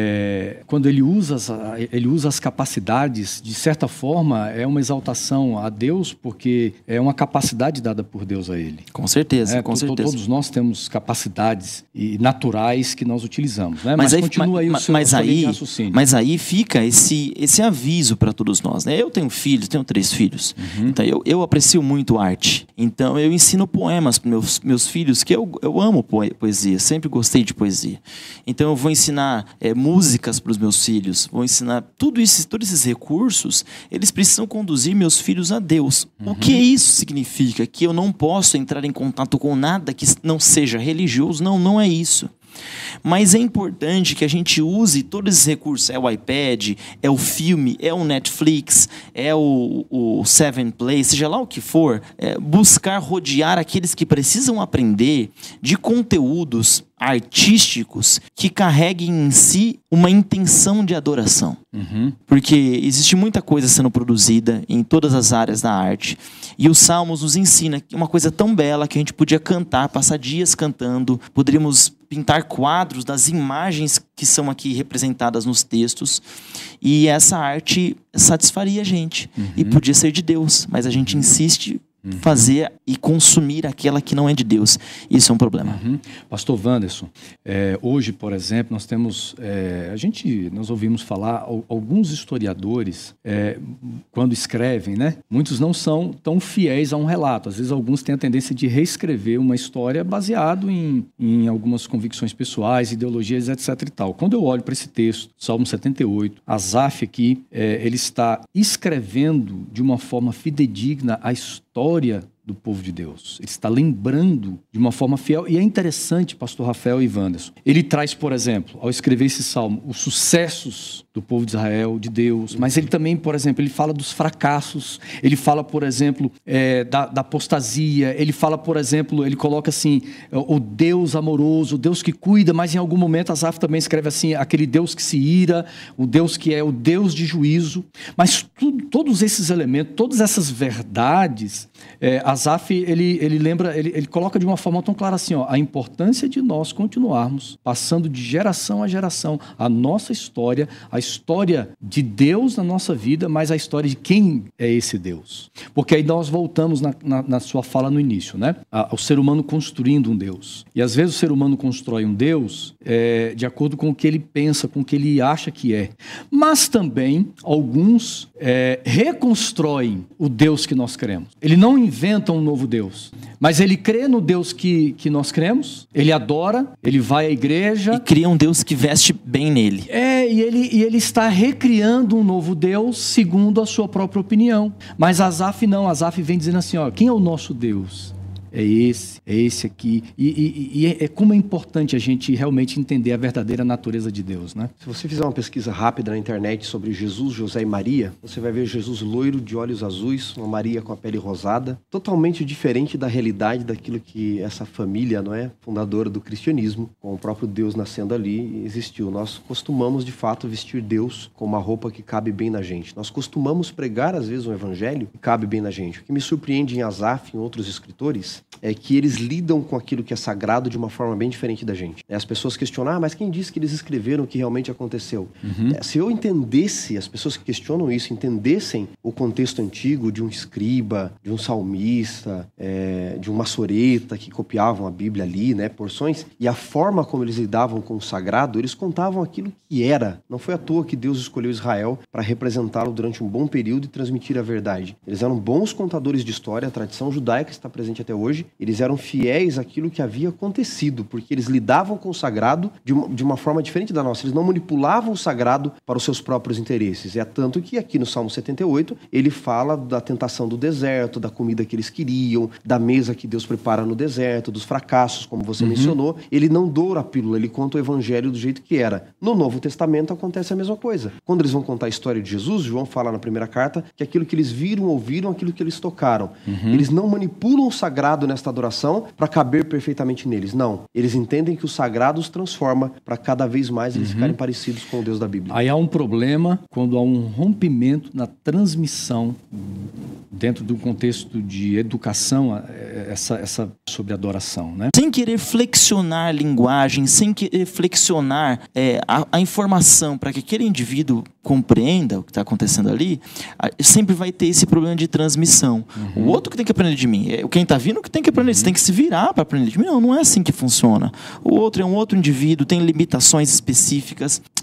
É, quando ele usa, as, ele usa as capacidades, de certa forma, é uma exaltação a Deus, porque é uma capacidade dada por Deus a ele. Com certeza, é, com to, certeza. Todos nós temos capacidades e naturais que nós utilizamos, né? Mas, mas aí, continua aí mas, o seu, mas, o seu aí, raciocínio. Mas aí fica esse, esse aviso para todos nós, né? Eu tenho filhos, tenho três filhos, uhum. então eu, eu aprecio muito arte. Então eu ensino poemas para meus, meus filhos, que eu, eu amo poesia, sempre gostei de poesia. Então eu vou ensinar é, músicas para os meus filhos, vou ensinar tudo isso, todos esses recursos, eles precisam conduzir meus filhos a Deus. Uhum. O que isso significa? Que eu não posso entrar em contato com nada que não seja religioso? Não, não é isso. Mas é importante que a gente use todos esses recursos. É o iPad, é o filme, é o Netflix, é o, o Seven Play, seja lá o que for, é buscar rodear aqueles que precisam aprender de conteúdos artísticos que carreguem em si uma intenção de adoração. Uhum. Porque existe muita coisa sendo produzida em todas as áreas da arte. E os Salmos nos ensina uma coisa tão bela que a gente podia cantar, passar dias cantando, poderíamos pintar quadros das imagens que são aqui representadas nos textos, e essa arte satisfaria a gente. Uhum. E podia ser de Deus, mas a gente insiste em fazer e consumir aquela que não é de Deus. Isso é um problema. Uhum. Pastor Wanderson, é, hoje, por exemplo, nós temos, é, a gente, nós ouvimos falar, alguns historiadores, é, quando escrevem, né, muitos não são tão fiéis a um relato. Às vezes, alguns têm a tendência de reescrever uma história baseado em, em algumas convicções pessoais, ideologias, etc e tal. Quando eu olho para esse texto, Salmo setenta e oito, Asaf aqui, é, ele está escrevendo de uma forma fidedigna a história do povo de Deus. Ele está lembrando de uma forma fiel. E é interessante, pastor Rafael e Wanderson, ele traz, por exemplo, ao escrever esse salmo, os sucessos do povo de Israel, de Deus, mas ele também, por exemplo, ele fala dos fracassos, ele fala, por exemplo, é, da, da apostasia, ele fala, por exemplo, ele coloca assim, o Deus amoroso, o Deus que cuida, mas em algum momento Asaf também escreve assim, aquele Deus que se ira, o Deus que é o Deus de juízo. Mas tudo, todos esses elementos, todas essas verdades, é, Asaf, ele, ele lembra, ele, ele coloca de uma forma tão clara assim, ó, a importância de nós continuarmos passando de geração a geração a nossa história, a história de Deus na nossa vida, mas a história de quem é esse Deus. Porque aí nós voltamos na, na, na sua fala no início, né? O ser humano construindo um Deus. E às vezes o ser humano constrói um Deus é, de acordo com o que ele pensa, com o que ele acha que é. Mas também alguns é, reconstroem o Deus que nós cremos. Ele não inventa um novo Deus, mas ele crê no Deus que, que nós cremos, ele adora, ele vai à igreja. E cria um Deus que veste bem nele. É, e ele, e ele está recriando um novo Deus segundo a sua própria opinião. Mas Asaf não, Asaf vem dizendo assim, ó, quem é o nosso Deus? É esse, é esse aqui. E, e, e é, é como é importante a gente realmente entender a verdadeira natureza de Deus, né? Se você fizer uma pesquisa rápida na internet sobre Jesus, José e Maria, você vai ver Jesus loiro, de olhos azuis, uma Maria com a pele rosada, totalmente diferente da realidade daquilo que essa família, não é, fundadora do cristianismo, com o próprio Deus nascendo ali, existiu. Nós costumamos, de fato, vestir Deus com uma roupa que cabe bem na gente. Nós costumamos pregar, às vezes, um evangelho que cabe bem na gente. O que me surpreende em Asaf e em outros escritores é que eles lidam com aquilo que é sagrado de uma forma bem diferente da gente. As pessoas questionam, ah, mas quem disse que eles escreveram o que realmente aconteceu? Uhum. Se eu entendesse, as pessoas que questionam isso, entendessem o contexto antigo de um escriba, de um salmista, é, de um maçoreta que copiavam a Bíblia ali, né, porções, e a forma como eles lidavam com o sagrado, eles contavam aquilo que era. Não foi à toa que Deus escolheu Israel para representá-lo durante um bom período e transmitir a verdade. Eles eram bons contadores de história, a tradição judaica está presente até hoje. Eles eram fiéis àquilo que havia acontecido, porque eles lidavam com o sagrado de uma, de uma forma diferente da nossa. Eles não manipulavam o sagrado para os seus próprios interesses. É tanto que aqui no Salmo setenta e oito, ele fala da tentação do deserto, da comida que eles queriam, da mesa que Deus prepara no deserto, dos fracassos, como você uhum. mencionou. Ele não doura a pílula, ele conta o evangelho do jeito que era. No Novo Testamento acontece a mesma coisa. Quando eles vão contar a história de Jesus, João fala na primeira carta que aquilo que eles viram, ouviram, aquilo que eles tocaram. Uhum. Eles não manipulam o sagrado nesta adoração para caber perfeitamente neles. Não. Eles entendem que o sagrado os transforma para cada vez mais eles uhum. ficarem parecidos com o Deus da Bíblia. Aí há um problema quando há um rompimento na transmissão dentro do contexto de educação essa, essa sobre adoração, né? Sem querer flexionar a linguagem, sem querer flexionar é, a, a informação para que aquele indivíduo compreenda o que está acontecendo ali, sempre vai ter esse problema de transmissão. Uhum. O outro que tem que aprender de mim, é quem está vindo que tem que aprender, uhum. você tem que se virar para aprender de mim. Não, não é assim que funciona. O outro é um outro indivíduo, tem limitações específicas.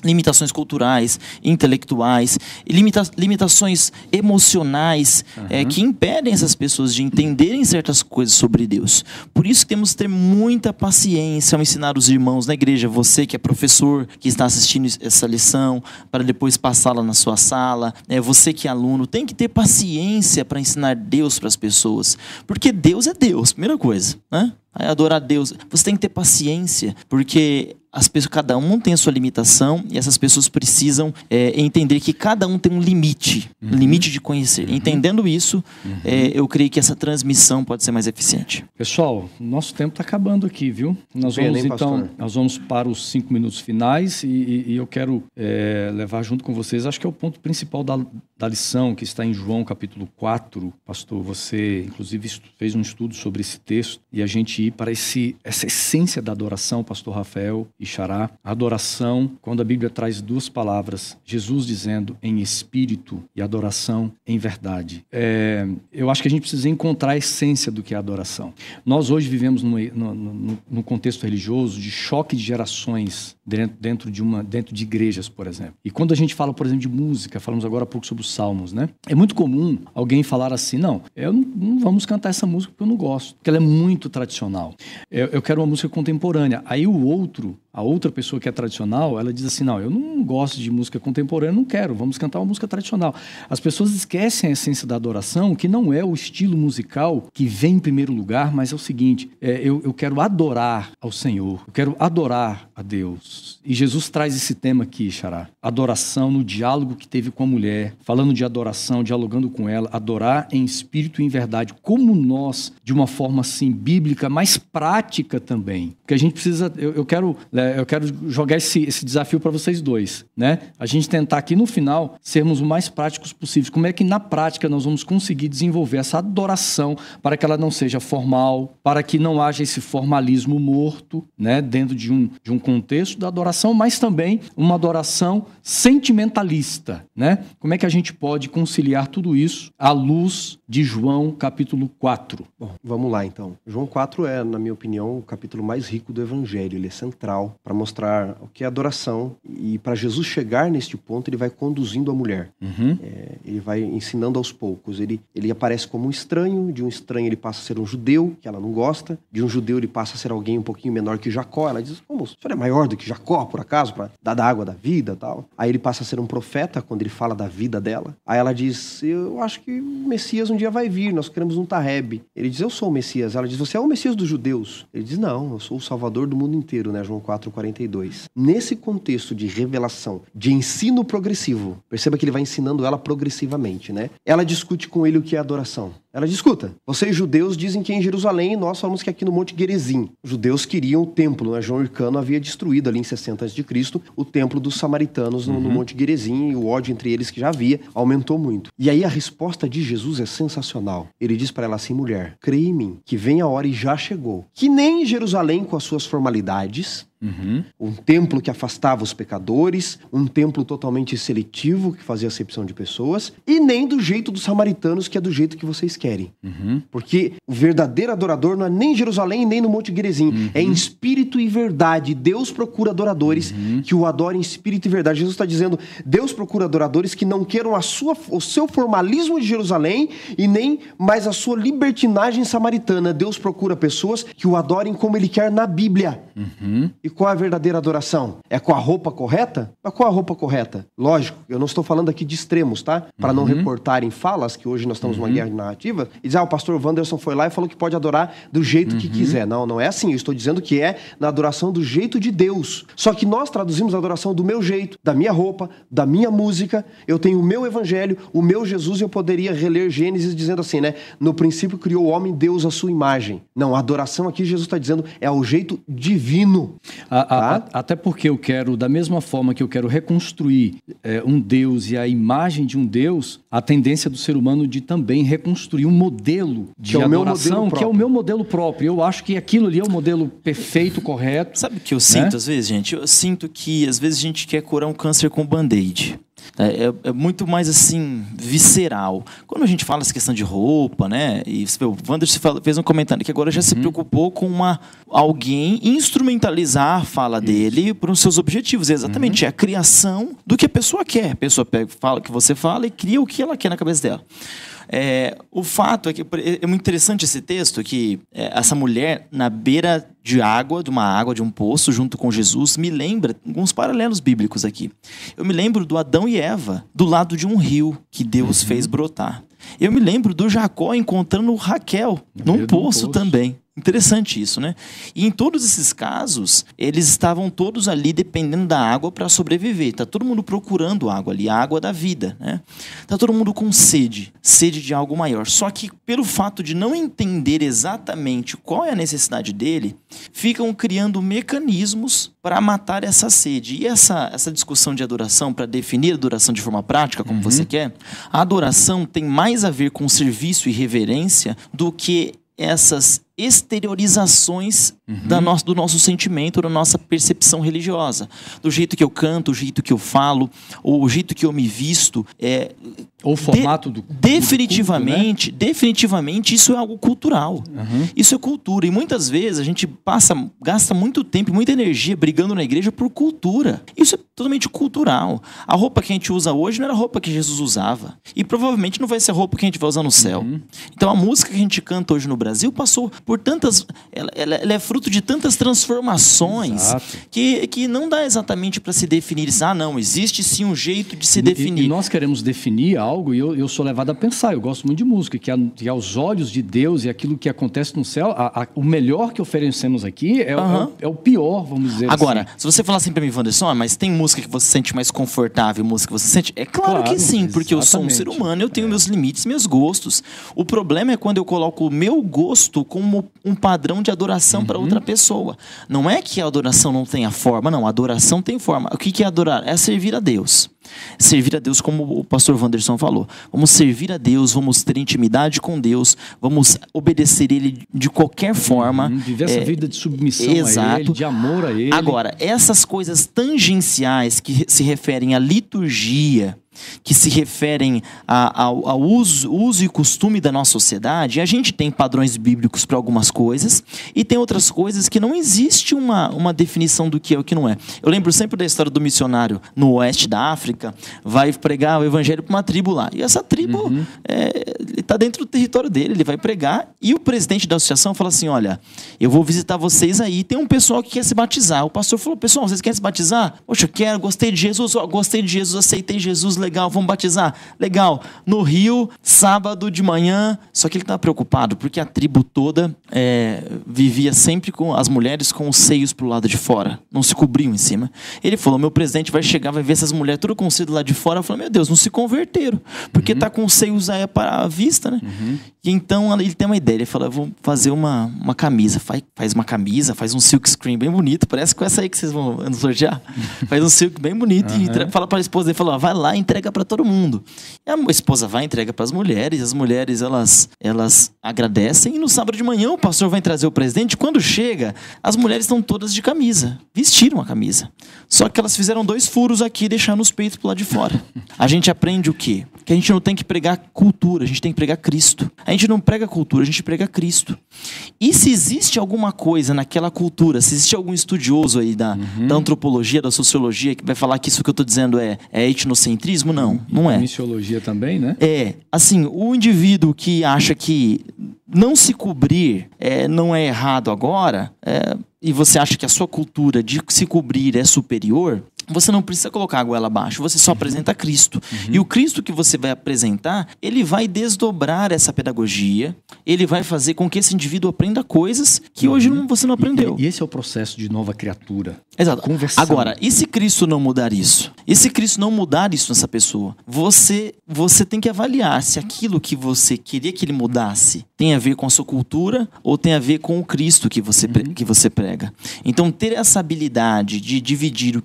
limitações culturais, intelectuais, limita limitações emocionais, uhum. é, que impedem essas pessoas de entenderem certas coisas sobre Deus. Por isso que temos que ter muita paciência ao ensinar os irmãos na igreja, você que é professor, que está assistindo essa lição, para depois passá-la na sua sala, é, você que é aluno, tem que ter paciência para ensinar Deus para as pessoas, porque Deus é Deus, primeira coisa, né? Adorar Deus, você tem que ter paciência, porque as pessoas, cada um tem a sua limitação e essas pessoas precisam é, entender que cada um tem um limite, uhum. um limite de conhecer. Uhum. Entendendo isso, uhum. é, eu creio que essa transmissão pode ser mais eficiente. Pessoal, nosso tempo está acabando aqui, viu? Nós vamos Bem, então, pastor. nós vamos para os cinco minutos finais e, e, e eu quero é, levar junto com vocês, acho que é o ponto principal da, da lição que está em João capítulo quatro. Pastor, você inclusive fez um estudo sobre esse texto e a gente ir para esse, essa essência da adoração, pastor Rafael e Xará. A adoração, quando a Bíblia traz duas palavras, Jesus dizendo em espírito e adoração em verdade. É, eu acho que a gente precisa encontrar a essência do que é a adoração. Nós hoje vivemos num, no, no, no contexto religioso de choque de gerações dentro, dentro, de uma, dentro de igrejas, por exemplo. E quando a gente fala, por exemplo, de música, falamos agora há pouco sobre os salmos, né? É muito comum alguém falar assim, não, eu não, não vamos cantar essa música porque eu não gosto, porque ela é muito tradicional. Eu, eu quero uma música contemporânea. Aí o outro, a outra pessoa que é tradicional, ela diz assim, não, eu não gosto de música contemporânea, não quero, vamos cantar uma música tradicional. As pessoas esquecem a essência da adoração, que não é o estilo musical que vem em primeiro lugar, mas é o seguinte, é, eu, eu quero adorar ao Senhor, eu quero adorar a Deus. E Jesus traz esse tema aqui, Xará, adoração no diálogo que teve com a mulher, falando de adoração, dialogando com ela, adorar em espírito e em verdade, como nós, de uma forma assim, bíblica, mais prática também, porque a gente precisa, eu, eu quero... Eu quero jogar esse, esse desafio para vocês dois, né? A gente tentar aqui no final sermos o mais práticos possível. Como é que na prática nós vamos conseguir desenvolver essa adoração para que ela não seja formal, para que não haja esse formalismo morto, né? Dentro de um, de um contexto da adoração, mas também uma adoração sentimentalista, né? Como é que a gente pode conciliar tudo isso à luz de João capítulo quatro? Bom, vamos lá então. João quatro é, na minha opinião, o capítulo mais rico do Evangelho. Ele é central para mostrar o que é adoração, e para Jesus chegar neste ponto ele vai conduzindo a mulher, uhum. é, ele vai ensinando aos poucos, ele, ele aparece como um estranho, de um estranho ele passa a ser um judeu, que ela não gosta, de um judeu ele passa a ser alguém um pouquinho menor que Jacó, ela diz, como, o senhor é maior do que Jacó por acaso, para dar da água da vida e tal, aí ele passa a ser um profeta quando ele fala da vida dela, aí ela diz, eu acho que o Messias um dia vai vir, nós queremos um Tareb, ele diz, eu sou o Messias, ela diz, você é o Messias dos judeus, ele diz, não, eu sou o Salvador do mundo inteiro, né, João quatro, quarenta e dois. Nesse contexto de revelação, de ensino progressivo, perceba que ele vai ensinando ela progressivamente, né? Ela discute com ele o que é adoração. Ela diz, escuta, vocês judeus dizem que é em Jerusalém e nós falamos que é aqui no Monte Gerizim. Os judeus queriam o templo, né? João Hircano havia destruído ali em sessenta antes de Cristo o templo dos samaritanos no, uhum. no Monte Gerizim, e o ódio entre eles que já havia aumentou muito. E aí a resposta de Jesus é sensacional. Ele diz para ela assim, mulher, creia em mim, que vem a hora e já chegou, que nem em Jerusalém com as suas formalidades, Uhum. um templo que afastava os pecadores, um templo totalmente seletivo que fazia acepção de pessoas, e nem do jeito dos samaritanos, que é do jeito que vocês querem. Uhum. Porque o verdadeiro adorador não é nem em Jerusalém nem no Monte Gerizim, uhum. é em espírito e verdade. Deus procura adoradores uhum. que o adorem em espírito e verdade. Jesus está dizendo, Deus procura adoradores que não queiram a sua, o seu formalismo de Jerusalém e nem mais a sua libertinagem samaritana. Deus procura pessoas que o adorem como Ele quer na Bíblia. Uhum. E qual é a verdadeira adoração? É com a roupa correta? Mas qual é a roupa correta? Lógico, eu não estou falando aqui de extremos, tá? Para uhum. não reportarem falas, que hoje nós estamos uhum. numa guerra de narrativa, e dizer, ah, o pastor Wanderson foi lá e falou que pode adorar do jeito uhum. que quiser. Não, não é assim. Eu estou dizendo que é na adoração do jeito de Deus. Só que nós traduzimos a adoração do meu jeito, da minha roupa, da minha música. Eu tenho o meu evangelho, o meu Jesus, e eu poderia reler Gênesis dizendo assim, né? No princípio criou o homem, Deus, a sua imagem. Não, a adoração aqui, Jesus está dizendo, é ao jeito divino. A, a, tá? a, até porque eu quero, da mesma forma que eu quero reconstruir é, um Deus e a imagem de um Deus, a tendência do ser humano de também reconstruir um modelo de que adoração, é que é o meu modelo próprio. Eu acho que aquilo ali é o modelo perfeito, correto. Sabe o que eu sinto, né? Às vezes, gente? Eu sinto que, às vezes, a gente quer curar um câncer com band-aid. É, é muito mais assim, visceral. Quando a gente fala essa questão de roupa, né? E o Wanderson fez um comentário que agora já uhum. se preocupou com uma, alguém instrumentalizar a fala Isso. dele para os seus objetivos. É exatamente uhum. é a criação do que a pessoa quer. A pessoa pega, fala o que você fala e cria o que ela quer na cabeça dela. É, o fato é que é muito interessante esse texto, que é, essa mulher na beira de água, de uma água, de um poço, junto com Jesus, me lembra alguns paralelos bíblicos aqui. Eu me lembro do Adão e Eva, do lado de um rio que Deus uhum. fez brotar. Eu me lembro do Jacó encontrando Raquel num poço, poço também. Interessante isso, né? E em todos esses casos, eles estavam todos ali dependendo da água para sobreviver. Tá todo mundo procurando água ali, a água da vida, né? Tá todo mundo com sede, sede de algo maior. Só que pelo fato de não entender exatamente qual é a necessidade dele, ficam criando mecanismos para matar essa sede. E essa, essa discussão de adoração, para definir a adoração de forma prática, como uhum. você quer, a adoração tem mais a ver com serviço e reverência do que essas exteriorizações uhum. da no, do nosso sentimento, da nossa percepção religiosa. Do jeito que eu canto, o jeito que eu falo, ou o jeito que eu me visto. É, ou o formato de, do, do definitivamente, culto, né? definitivamente isso é algo cultural. Uhum. Isso é cultura. E muitas vezes a gente passa, gasta muito tempo, muita energia brigando na igreja por cultura. Isso é totalmente cultural. A roupa que a gente usa hoje não era a roupa que Jesus usava. E provavelmente não vai ser a roupa que a gente vai usar no céu. Uhum. Então a música que a gente canta hoje no Brasil passou por tantas... Ela, ela, ela é fruto de tantas transformações que, que não dá exatamente para se definir. Ah, não, existe sim um jeito de se definir. E, e nós queremos definir algo e eu, eu sou levado a pensar. Eu gosto muito de música, que, a, que aos olhos de Deus e aquilo que acontece no céu, a, a, o melhor que oferecemos aqui é, uhum. é, o, é o pior, vamos dizer Agora, assim. se você falar assim para mim, Wanderson, ah, mas tem música que você sente mais confortável, música que você sente... É claro, claro que sim, porque exatamente. Eu sou um ser humano, eu tenho é. meus limites, meus gostos. O problema é quando eu coloco o meu gosto como um padrão de adoração uhum. para outra pessoa. Não é que a adoração não tenha forma, não. A adoração tem forma. O que é adorar? É servir a Deus. Servir a Deus, como o pastor Wanderson falou. Vamos servir a Deus, vamos ter intimidade com Deus, vamos obedecer Ele de qualquer forma. Uhum. Viver essa é, vida de submissão exato. a Ele, de amor a Ele. Agora, essas coisas tangenciais que se referem à liturgia, que se referem a, ao, ao uso, uso e costume da nossa sociedade, a gente tem padrões bíblicos para algumas coisas e tem outras coisas que não existe uma, uma definição do que é e o que não é. Eu lembro sempre da história do missionário no oeste da África, vai pregar o evangelho para uma tribo lá. E essa tribo uhum. está é, dentro do território dele, ele vai pregar e o presidente da associação fala assim, olha, eu vou visitar vocês aí, tem um pessoal que quer se batizar. O pastor falou, pessoal, vocês querem se batizar? Poxa, eu quero, gostei de Jesus, ó, gostei de Jesus, aceitei Jesus, legal, vamos batizar. Legal. No Rio, sábado de manhã, só que ele estava preocupado, porque a tribo toda é, vivia sempre com as mulheres com os seios pro lado de fora, não se cobriam em cima. Ele falou, meu presidente vai chegar, vai ver essas mulheres tudo com o seio do lado de fora. Eu falei, meu Deus, não se converteram, porque uhum. tá com os seios aí para a vista, né? Uhum. E então ele tem uma ideia, ele falou, eu vou fazer uma, uma camisa, faz, faz uma camisa, faz um silk screen bem bonito, parece com essa aí que vocês vão sortear. Faz um silk bem bonito uhum. e entre... fala para a esposa dele, fala, vai lá e entrega para todo mundo. E a esposa vai e entrega para as mulheres, as mulheres elas, elas agradecem e no sábado de manhã o pastor vai trazer o presente. Quando chega, as mulheres estão todas de camisa, vestiram a camisa, só que elas fizeram dois furos aqui e deixaram os peitos pro lado de fora. A gente aprende o quê? Que a gente não tem que pregar cultura, a gente tem que pregar Cristo. A gente não prega cultura, a gente prega Cristo. E se existe alguma coisa naquela cultura, se existe algum estudioso aí da, uhum. da antropologia, da sociologia, que vai falar que isso que eu estou dizendo é, é etnocentrismo, não, não é. Missiologia também, né? É, assim, o indivíduo que acha que não se cobrir é, não é errado agora, é, e você acha que a sua cultura de se cobrir é superior, você não precisa colocar a goela abaixo, você só apresenta Cristo. Uhum. E o Cristo que você vai apresentar, ele vai desdobrar essa pedagogia, ele vai fazer com que esse indivíduo aprenda coisas que uhum. hoje não, você não aprendeu. E, e esse é o processo de nova criatura. Exato. Conversão. Agora, e se Cristo não mudar isso? E se Cristo não mudar isso nessa pessoa? Você, você tem que avaliar se aquilo que você queria que ele mudasse tem a ver com a sua cultura ou tem a ver com o Cristo que você, uhum. que você prega. Então, ter essa habilidade de dividir o que é cultura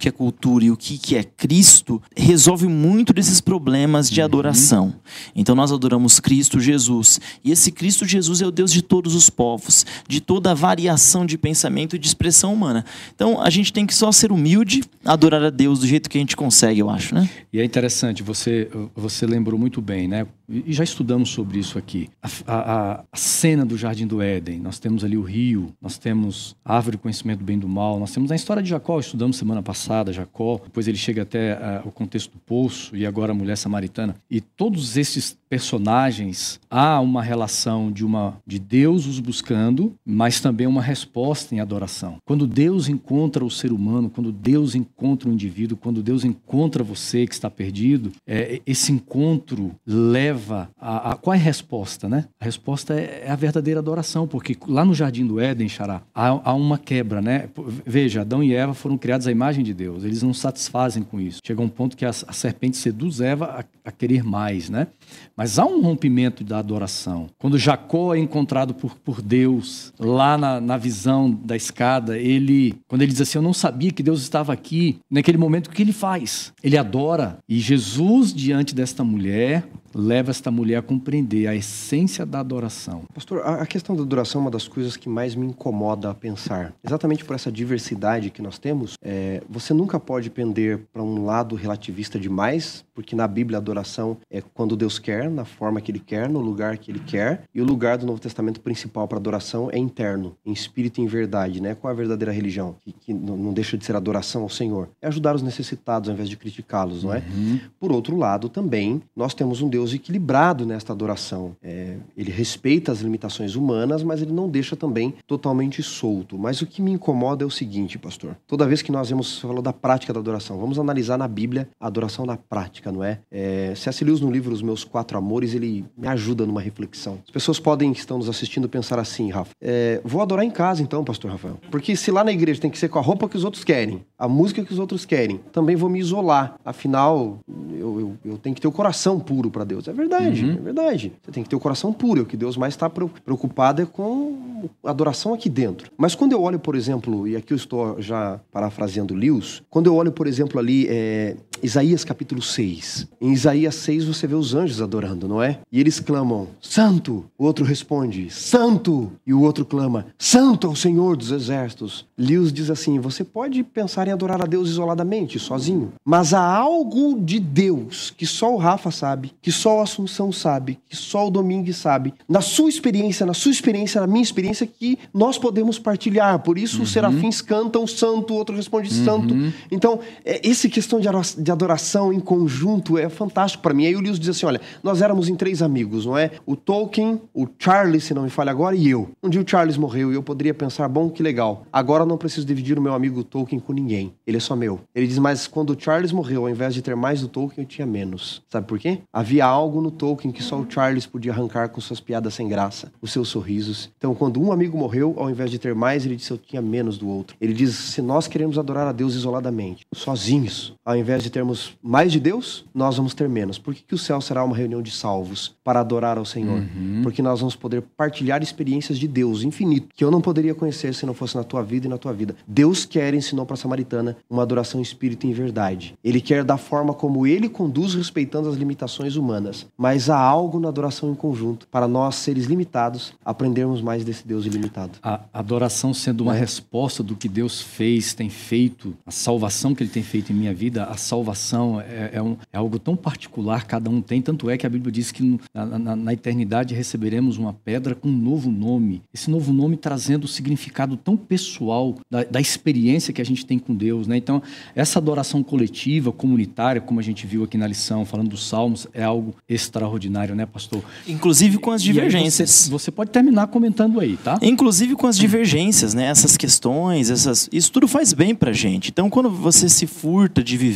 cultura e o que, que é Cristo, resolve muito desses problemas de adoração. Então nós adoramos Cristo Jesus. E esse Cristo Jesus é o Deus de todos os povos, de toda a variação de pensamento e de expressão humana. Então a gente tem que só ser humilde, adorar a Deus do jeito que a gente consegue, eu acho, né? E é interessante, você, você lembrou muito bem, né? E já estudamos sobre isso aqui. A, a, a cena do Jardim do Éden, nós temos ali o rio, nós temos a árvore do conhecimento do bem e do mal, nós temos a história de Jacó, estudamos semana passada, Jacó, depois ele chega até uh, o contexto do poço e agora a mulher samaritana. E todos esses personagens, há uma relação de, uma, de Deus os buscando, mas também uma resposta em adoração. Quando Deus encontra o ser humano, quando Deus encontra o indivíduo, quando Deus encontra você que está perdido, é, esse encontro leva a, a... Qual é a resposta, né? A resposta é, é a verdadeira adoração, porque lá no Jardim do Éden, Xará, há, há uma quebra, né? Veja, Adão e Eva foram criados à imagem de Deus, eles não satisfazem com isso. Chega um ponto que a, a serpente seduz Eva a, a querer mais, né? Mas há um rompimento da adoração. Quando Jacó é encontrado por, por Deus, lá na, na visão da escada, ele, quando ele diz assim, eu não sabia que Deus estava aqui, naquele momento, o que ele faz? Ele adora. E Jesus, diante desta mulher, leva esta mulher a compreender a essência da adoração. Pastor, a questão da adoração é uma das coisas que mais me incomoda a pensar. Exatamente por essa diversidade que nós temos, é, você nunca pode pender para um lado relativista demais, porque na Bíblia a adoração é quando Deus quer, na forma que Ele quer, no lugar que Ele quer, e o lugar do Novo Testamento principal para adoração é interno, em espírito e em verdade, né? Qual é a verdadeira religião? Que, que não deixa de ser adoração ao Senhor. É ajudar os necessitados ao invés de criticá-los, não é? Uhum. Por outro lado, também, nós temos um Deus Deus equilibrado nesta adoração. É, ele respeita as limitações humanas, mas ele não deixa também totalmente solto. Mas o que me incomoda é o seguinte, pastor. Toda vez que nós vemos, você falou da prática da adoração, vamos analisar na Bíblia a adoração na prática, não é? é C S Lewis, no livro Os Meus Quatro Amores, ele me ajuda numa reflexão. As pessoas podem, que estão nos assistindo, pensar assim, Rafa, é, vou adorar em casa então, pastor Rafael. Porque se lá na igreja tem que ser com a roupa que os outros querem, a música que os outros querem, também vou me isolar. Afinal, eu, eu, eu tenho que ter o coração puro para Deus. É verdade, uhum. é verdade. Você tem que ter o coração puro. É o que Deus mais está preocupado é com a adoração aqui dentro. Mas quando eu olho, por exemplo, e aqui eu estou já parafraseando Lewis, quando eu olho, por exemplo, ali, é, Isaías capítulo seis. Em Isaías seis você vê os anjos adorando, não é? E eles clamam, santo! O outro responde, santo! E o outro clama, santo é o Senhor dos exércitos. Lewis diz assim, você pode pensar em adorar a Deus isoladamente, sozinho, mas há algo de Deus que só o Rafa sabe, que só o Assunção sabe, que só o Domingues sabe, na sua experiência, na sua experiência, na minha experiência, que nós podemos partilhar. Por isso uhum. os serafins cantam santo, o outro responde uhum. santo. Então, é, essa questão de adoração em conjunto é fantástico para mim. Aí o Lewis diz assim, olha, nós éramos em três amigos, não é? O Tolkien, o Charles, se não me falha agora, e eu. Um dia o Charles morreu e eu poderia pensar, bom, que legal. Agora eu não preciso dividir o meu amigo Tolkien com ninguém. Ele é só meu. Ele diz, mas quando o Charles morreu, ao invés de ter mais do Tolkien, eu tinha menos. Sabe por quê? Havia algo no Tolkien que só o Charles podia arrancar com suas piadas sem graça, os seus sorrisos. Então, quando um amigo morreu, ao invés de ter mais, ele disse, eu tinha menos do outro. Ele diz, se nós queremos adorar a Deus isoladamente, sozinhos, ao invés de termos mais de Deus, nós vamos ter menos. Por que que o céu será uma reunião de salvos para adorar ao Senhor? Uhum. Porque nós vamos poder partilhar experiências de Deus infinito, que eu não poderia conhecer se não fosse na tua vida e na tua vida. Deus quer, ensinou para a samaritana, uma adoração em espírito e em verdade. Ele quer da forma como Ele conduz, respeitando as limitações humanas. Mas há algo na adoração em conjunto, para nós, seres limitados, aprendermos mais desse Deus ilimitado. A adoração sendo uma é. resposta do que Deus fez, tem feito, a salvação que Ele tem feito em minha vida, a salvação é, é, um, é algo tão particular, cada um tem, tanto é que a Bíblia diz que na, na, na eternidade receberemos uma pedra com um novo nome. Esse novo nome trazendo o significado tão pessoal da, da experiência que a gente tem com Deus, né? Então, essa adoração coletiva, comunitária, como a gente viu aqui na lição, falando dos Salmos, é algo extraordinário, né, pastor? Inclusive com as divergências. Você, você pode terminar comentando aí, tá? Inclusive com as divergências, né? Essas questões, essas, isso tudo faz bem pra gente. Então, quando você se furta de viver essa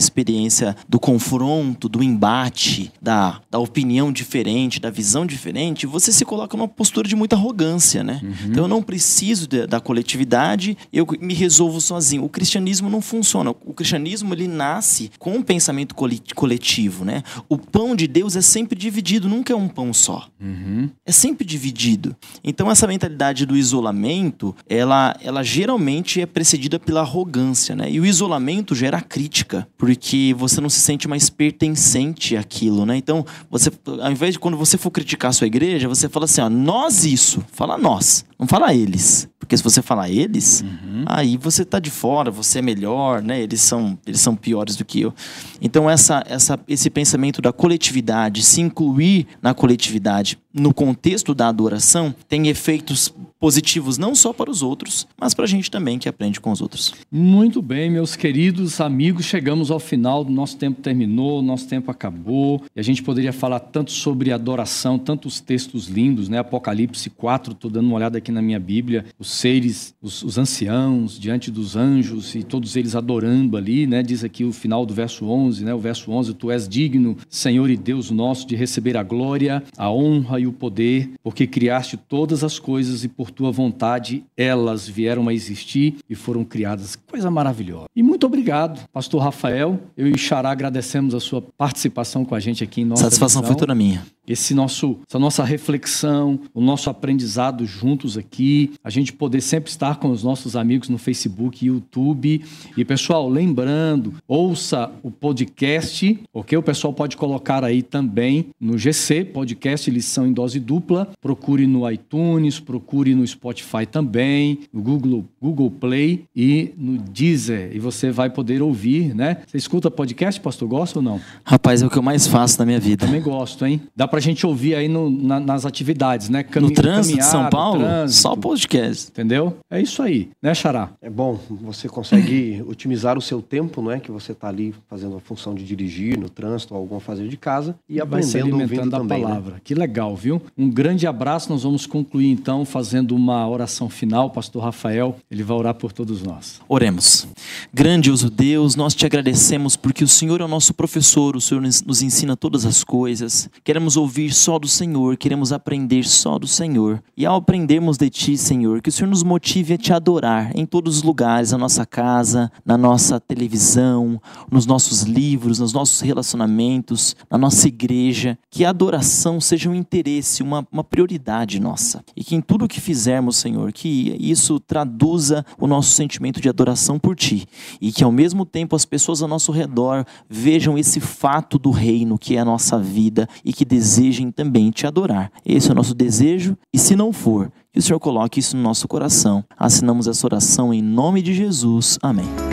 experiência do confronto, do embate, da, da opinião diferente, da visão diferente, você se coloca numa postura de muita arrogância, né? Uhum. Então eu não preciso de, da coletividade, eu me resolvo sozinho. O cristianismo não funciona. O cristianismo, ele nasce com um pensamento coletivo, né? O pão de Deus é sempre dividido, nunca é um pão só. Uhum. É sempre dividido. Então essa mentalidade do isolamento, ela, ela geralmente é precedida pela arrogância, né? E o isolamento gera crítica, porque você não se sente mais pertencente àquilo, né? Então, você, ao invés de quando você for criticar a sua igreja, você fala assim, ó, nós isso, fala nós, não fala eles. Porque se você falar eles, uhum. aí você tá de fora, você é melhor, né? Eles são, eles são piores do que eu. Então essa, essa, esse pensamento da coletividade, se incluir na coletividade no contexto da adoração, tem efeitos positivos não só para os outros, mas para a gente também que aprende com os outros. Muito bem, meus queridos amigos, chegamos ao final, nosso tempo terminou, nosso tempo acabou, e a gente poderia falar tanto sobre adoração, tantos textos lindos, né? Apocalipse quatro, estou dando uma olhada aqui na minha Bíblia, os seres, os, os anciãos, diante dos anjos, e todos eles adorando ali, né? Diz aqui o final do verso onze, né? O verso onze, tu és digno, Senhor e Deus nosso, de receber a glória, a honra e o poder, porque criaste todas as coisas e por tua vontade elas vieram a existir e foram criadas. Coisa maravilhosa. E muito obrigado, pastor Rafael. Eu e o Xará agradecemos a sua participação com a gente aqui em nossa Satisfação visão. Foi toda minha. Esse nosso, essa nossa reflexão, o nosso aprendizado juntos aqui, a gente poder sempre estar com os nossos amigos no Facebook e YouTube. E, pessoal, lembrando, ouça o podcast, ok? O pessoal pode colocar aí também no G C, podcast Lição em Dose Dupla. Procure no iTunes, procure no Spotify também, no Google, Google Play e no Deezer. E você vai poder ouvir, né? Você escuta podcast, pastor? Gosta ou não? Rapaz, é o que eu mais faço na minha vida. Também gosto, hein? Dá pra gente ouvir aí no, na, nas atividades, né? Cami- no trânsito de São Paulo, trânsito, só podcast. Entendeu? É isso aí, né, Xará? É bom, você consegue otimizar o seu tempo, não é? Que você tá ali fazendo a função de dirigir no trânsito ou alguma fazer de casa e vai se aprendendo ouvindo a também, palavra. Né? Que legal, viu? Um grande abraço, nós vamos concluir então fazendo uma oração final. Pastor Rafael, ele vai orar por todos nós. Oremos. Grandioso Deus, nós te agradecemos porque o Senhor é o nosso professor, o Senhor nos ensina todas as coisas. Queremos ouvir só do Senhor, queremos aprender só do Senhor. E ao aprendermos de Ti, Senhor, que o Senhor nos motive a Te adorar em todos os lugares, na nossa casa, na nossa televisão, nos nossos livros, nos nossos relacionamentos, na nossa igreja. Que a adoração seja um interesse, uma, uma prioridade nossa. E que em tudo que fizermos, Senhor, que isso traduza o nosso sentimento de adoração por Ti. E que ao mesmo tempo as pessoas ao nosso redor vejam esse fato do reino que é a nossa vida e que desejem também Te adorar. Esse é o nosso desejo e se não for, que o Senhor coloque isso no nosso coração. Assinamos essa oração em nome de Jesus. Amém.